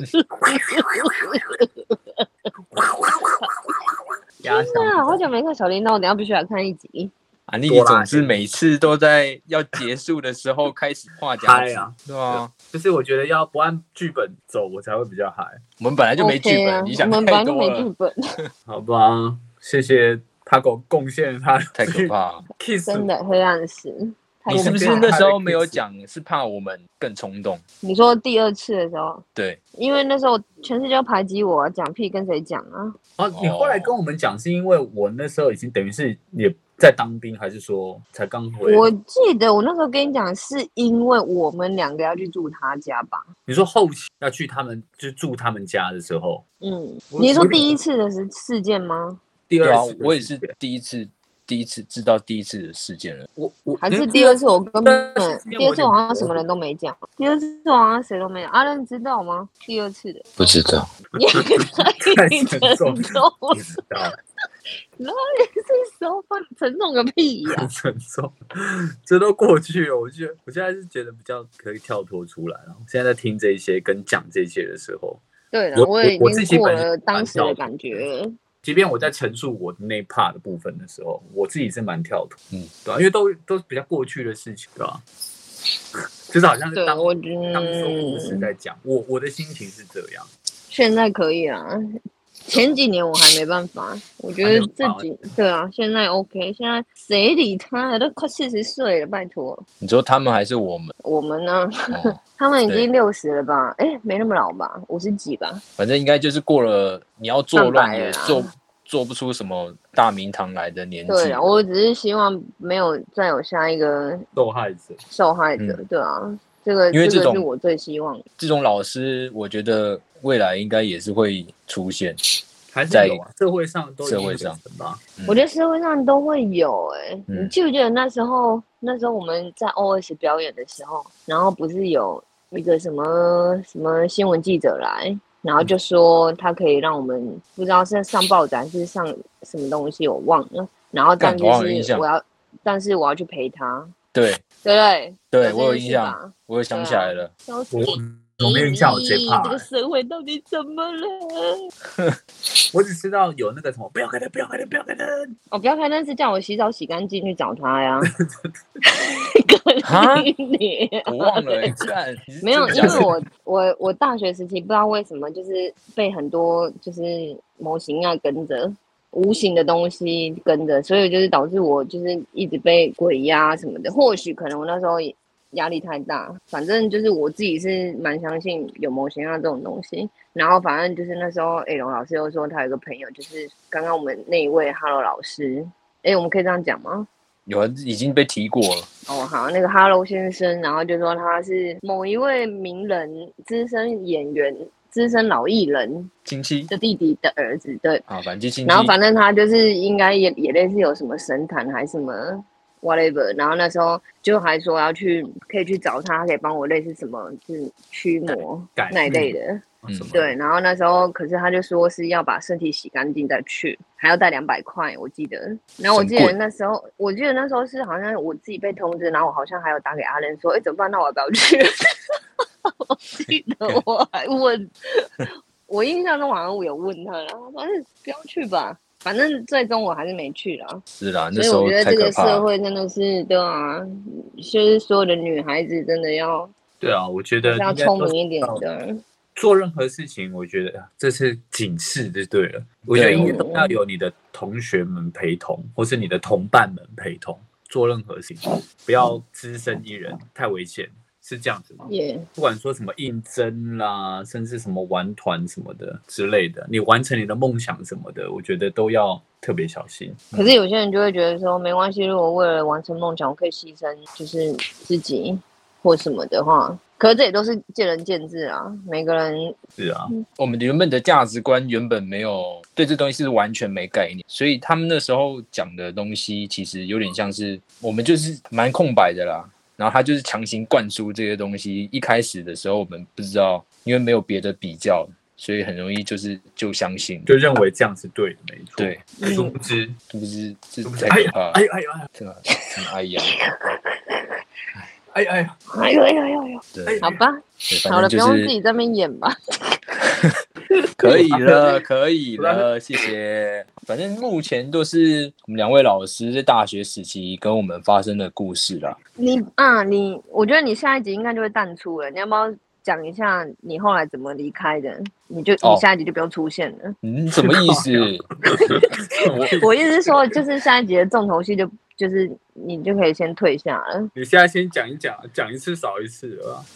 压箱宝， 好久没看小铃铛，我等一下必须来看一集。 啊，你总是每次都在要结束的时候开始画夹子， 啊， 对啊， 就是我觉得要不按剧本走，我才会比较嗨。 我们本来就没剧本， okay 啊、 你想太多了。我们本来就没剧本。 好吧，谢谢他给我贡献他。 太可怕了 ，Kiss 真的黑暗史。 你是不是那时候没有讲？是怕我们更冲动？ 你说第二次的时候， 对， 因为那时候全世界要排挤我，讲屁跟谁讲啊？ 哦，你后来跟我们讲，是因为我那时候已经等于是也在当兵，还是说才刚回来？ 我记得我那时候跟你讲，是因为我们两个要去住他家吧？ 你说后期要去他们就住他们家的时候， 嗯，你说第一次的是事件吗？ 第对啊二次， 我也是第一次第一次知道第一次的事件了。 我我还是第二次我根本第第二次我好像什么人都没讲，第二次我好像谁都没讲。阿任知道吗？第二次的不知道， 也太太沉重沉重不了， 知道， 然后也是收放沉重个屁呀、 很沉重，这都过去了。我觉得我现在是觉得比较可以跳脱出来了。现在在听这些跟讲这些的时候， 对了， 我我也已我自己经过本身了当时的蛮跳感觉了。 即便我在陈述我那一 part 的部分的时候，我自己是蛮跳脱， 嗯， 对吧、因为都都是比较过去的事情，对吧、就是好像是对， 当我觉当说故事得在讲，我我的心情是这样。 现在可以啦。前几年我还没办法，我觉得这几对啊，现在 OK， 现在谁理他啊？都快四十岁了，拜托。 你说他们还是我们？ 我们呢？ 哦、 他们已对经六十了吧？哎，没那么老吧？五十几吧？ 反正应该就是过了你要作乱上百了啦也做做不出什么大名堂来的年纪。 对啊，我只是希望没有再有下一个受害者， 受害者。 嗯对啊，这个因为这种这个是我最希望的。 这种老师，我觉得未来应该也是会出现。 还是在有啊，社会上都社会上吧。 嗯我觉得社会上都会有哎、欸嗯你记不记得那时候？那时候我们在 O S 表演的时候，然后不是有一个什么什么新闻记者来，然后就说他可以让我们不知道是上报展还是上什么东西，我忘了。然后但干我好有印象是我要，但是我要去陪他， 对对不对？ 对， 这我有印象件事吧， 我又想起来了。 笑死我我没有印象，我谁怕、 这个社会到底怎么了？ 我只知道有那个什么，不要开灯，不要开灯，不要开灯。 哦，不要开灯是叫我洗澡洗干净去找他呀。 哈跟你我忘了、欸，干你是没有， 真的假的因为我我我大学时期不知道为什么就是被很多就是模型啊跟着，无形的东西跟着，所以就是导致我就是一直被鬼压什么的。或许可能我那时候压力太大，反正就是我自己是蛮相信有模型啊这种东西。然后反正就是那时候 A 龙老师又说他有个朋友，就是刚刚我们那一位 Hello 老师，哎，我们可以这样讲吗？ 有人已经被提过了。 哦，好，那个 Hello 先生，然后就说他是某一位名人、资深演员、资深老艺人亲戚的弟弟的儿子，对。 啊，反正亲戚。 然后反正他就是应该也也类似有什么神坛还是什么 whatever，然后那时候就还说要去可以去找他，他可以帮我类似什么就是驱魔那一类的。 嗯， 对，然后那时候可是他就说是要把身体洗干净再去，还要带两百块，我记得。然后我记得那时候，我记得那时候是好像我自己被通知，然后我好像还有打给阿仁说，哎，怎么办？那我要不要去？我记得我还问，我印象中好像我有问他，然后反正不要去吧，反正最终我还是没去啦。 是啦，那时候所以我觉得这个太可怕了。 社会真的是对啊，就是所有的女孩子真的要对啊，我觉得要聪明一点的。 做任何事情，我觉得这是警示就对了。我觉得应该都要有你的同学们陪同，或是你的同伴们陪同，做任何事情，不要只身一人，太危险。是这样子吗？ Yeah. 不管说什么应征啦，甚至什么玩团什么的之类的，你完成你的梦想什么的，我觉得都要特别小心。 可是有些人就会觉得说，没关系，如果为了完成梦想，我可以牺牲就是自己或什么的话，可是这也都是见仁见智啊，每个人是啊， 我们原本的价值观原本没有对这东西是完全没概念，所以他们那时候讲的东西其实有点像是我们就是蛮空白的啦。然后他就是强行灌输这些东西，一开始的时候我们不知道，因为没有别的比较，所以很容易就是就相信， 就认为这样是对的，没错。 对， 殊不知， 是不是这殊不知， 太可怕了？ 哎呀哎呀哎呀， 这个什么哎呀， 哎呀哎呀， 哎呦哎呦哎呦哎呦， 对， 好吧， 对好了，不反正就是用自己在那边演吧。 可以了，可以了，谢谢。反正目前都是我们两位老师在大学时期跟我们发生的故事啦。 你啊，你，我觉得你下一集应该就会淡出了。你要不要讲一下你后来怎么离开的？你就哦你下一集就不用出现了。 嗯，什么意思？我我意思是说，就是下一集的重头戏就就是你就可以先退下了。 你现在先讲一讲，讲一次少一次了吧。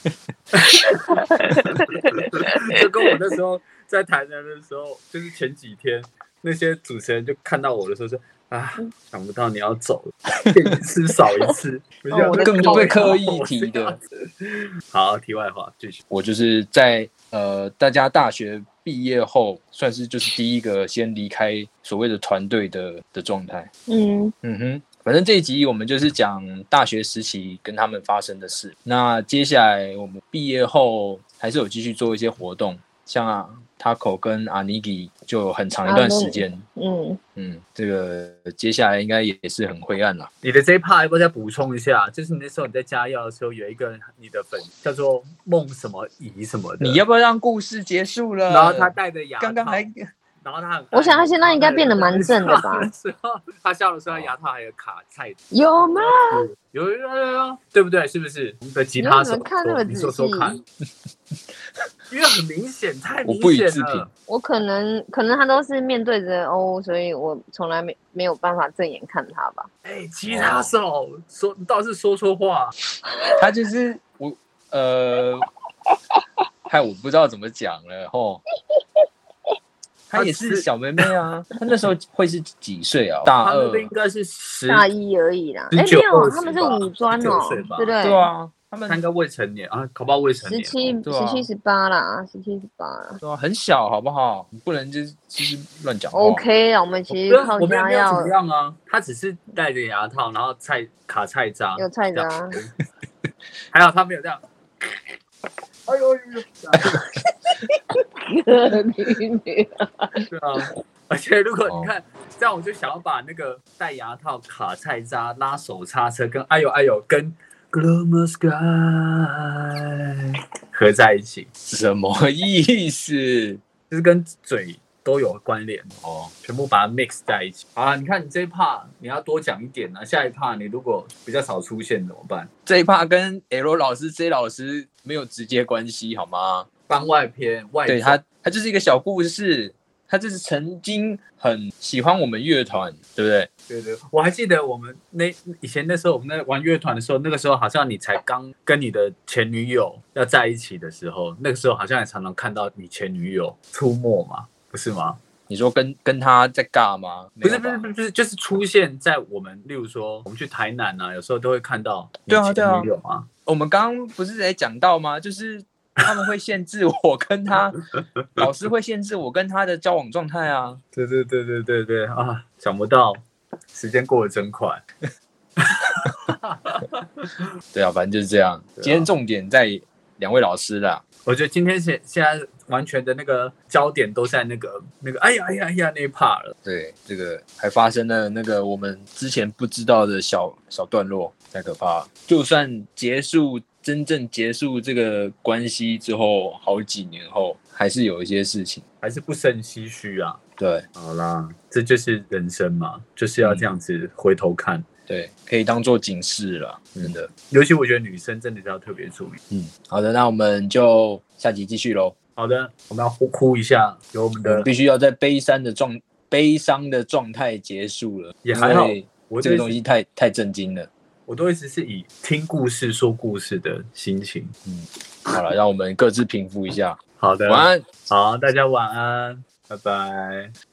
就跟我那时候在台南的时候，就是前几天那些主持人就看到我的时候说啊，想不到你要走了，一次少一次， 哦我的根本就被刻意提的。 好，题外话继续。 我就是在呃大家大学毕业后算是就是第一个先离开所谓的团队的的状态。 嗯嗯哼，反正这一集我们就是讲大学时期跟他们发生的事。那接下来我们毕业后还是有继续做一些活动，像啊 Taco 跟阿尼基就有很长一段时间。 嗯嗯，这个接下来应该也是很灰暗啦。 你的这一 part 要不要再补充一下？就是你那时候你在加药的时候，有一个你的粉叫做梦什么仪什么的， 你要不要让故事结束了？ 然后他戴着牙套， 刚刚还然后他很， 我想他现在应该变得蛮正的吧？ 他笑的时候，牙套还有卡菜， 有吗？ 有有有有，对不对？是不是？我们的吉他手，你说说看，因为很明显，太明显了。 我不予置评。 我可能可能他都是面对着欧，所以我从来没没有办法正眼看他吧。 哎、欸，吉他手说，你倒是说错话。 他就是我呃，害我不知道怎么讲了吼。他也是小妹妹啊，他那时候会是几岁啊？大二， 应该是十大一而已啦。哎、欸，没有，他们是五专哦，对不对？ 对啊，他们他应该未成年啊，搞不好未成年。 十七、十七、十八啦，十七、十八啦。 对啊，很小，好不好？你不能就是就是乱讲话。 OK 啊，我们其实靠家要怎么样啊？他只是戴着牙套，然后菜卡菜渣， 有菜渣， 还好他没有这样。哎呦呦！对啊，而且如果你看、哦、这样，我就想要把那个戴牙套、卡菜渣、拉手刹车跟哎呦哎呦跟 Gloomy Sky 合在一起， 什么意思？ 就是跟嘴都有关联哦，全部把它 mix 在一起。好啊，你看你这一 part 你要多讲一点啊，下一 part 你如果比较少出现怎么办？ 这一 part 跟 L 老师、J 老师没有直接关系，好吗？ 番外篇，外对他，他就是一个小故事。他就是曾经很喜欢我们乐团，对不对？ 对对，我还记得我们那以前那时候我们在玩乐团的时候，那个时候好像你才刚跟你的前女友要在一起的时候，那个时候好像也常常看到你前女友出没嘛，不是吗？ 你说跟跟他在尬吗？ 不是不是不是不是，就是出现在我们，例如说我们去台南啊，有时候都会看到你前女友啊。 我们刚刚不是在讲到吗？就是他们会限制我跟他，老师会限制我跟他的交往状态啊。 对对对对对对啊！想不到时间过得真快。 对啊，反正就是这样。啊、今天重点在两位老师啦。 我觉得今天现现在完全的那个焦点都在那个那个哎呀哎呀哎呀那一 part 了。 对，这个还发生了那个我们之前不知道的小小段落，太可怕了。就算结束。真正结束这个关系之后，好几年后，还是有一些事情， 还是不胜唏嘘啊。 对， 好啦，这就是人生嘛，就是要这样子回头看。嗯、 对，可以当做警示了，真的。 尤其我觉得女生真的是要特别注意。 嗯，好的，那我们就下集继续喽。 好的，我们要呼呼一下，有我们的， 我们必须要在悲伤的状悲伤的状态结束了， 也还好， 我这个东西太太震惊了。 我都一直是以听故事说故事的心情。 嗯，好了，让我们各自平复一下。 好的， 晚安。 好，大家晚安，拜拜。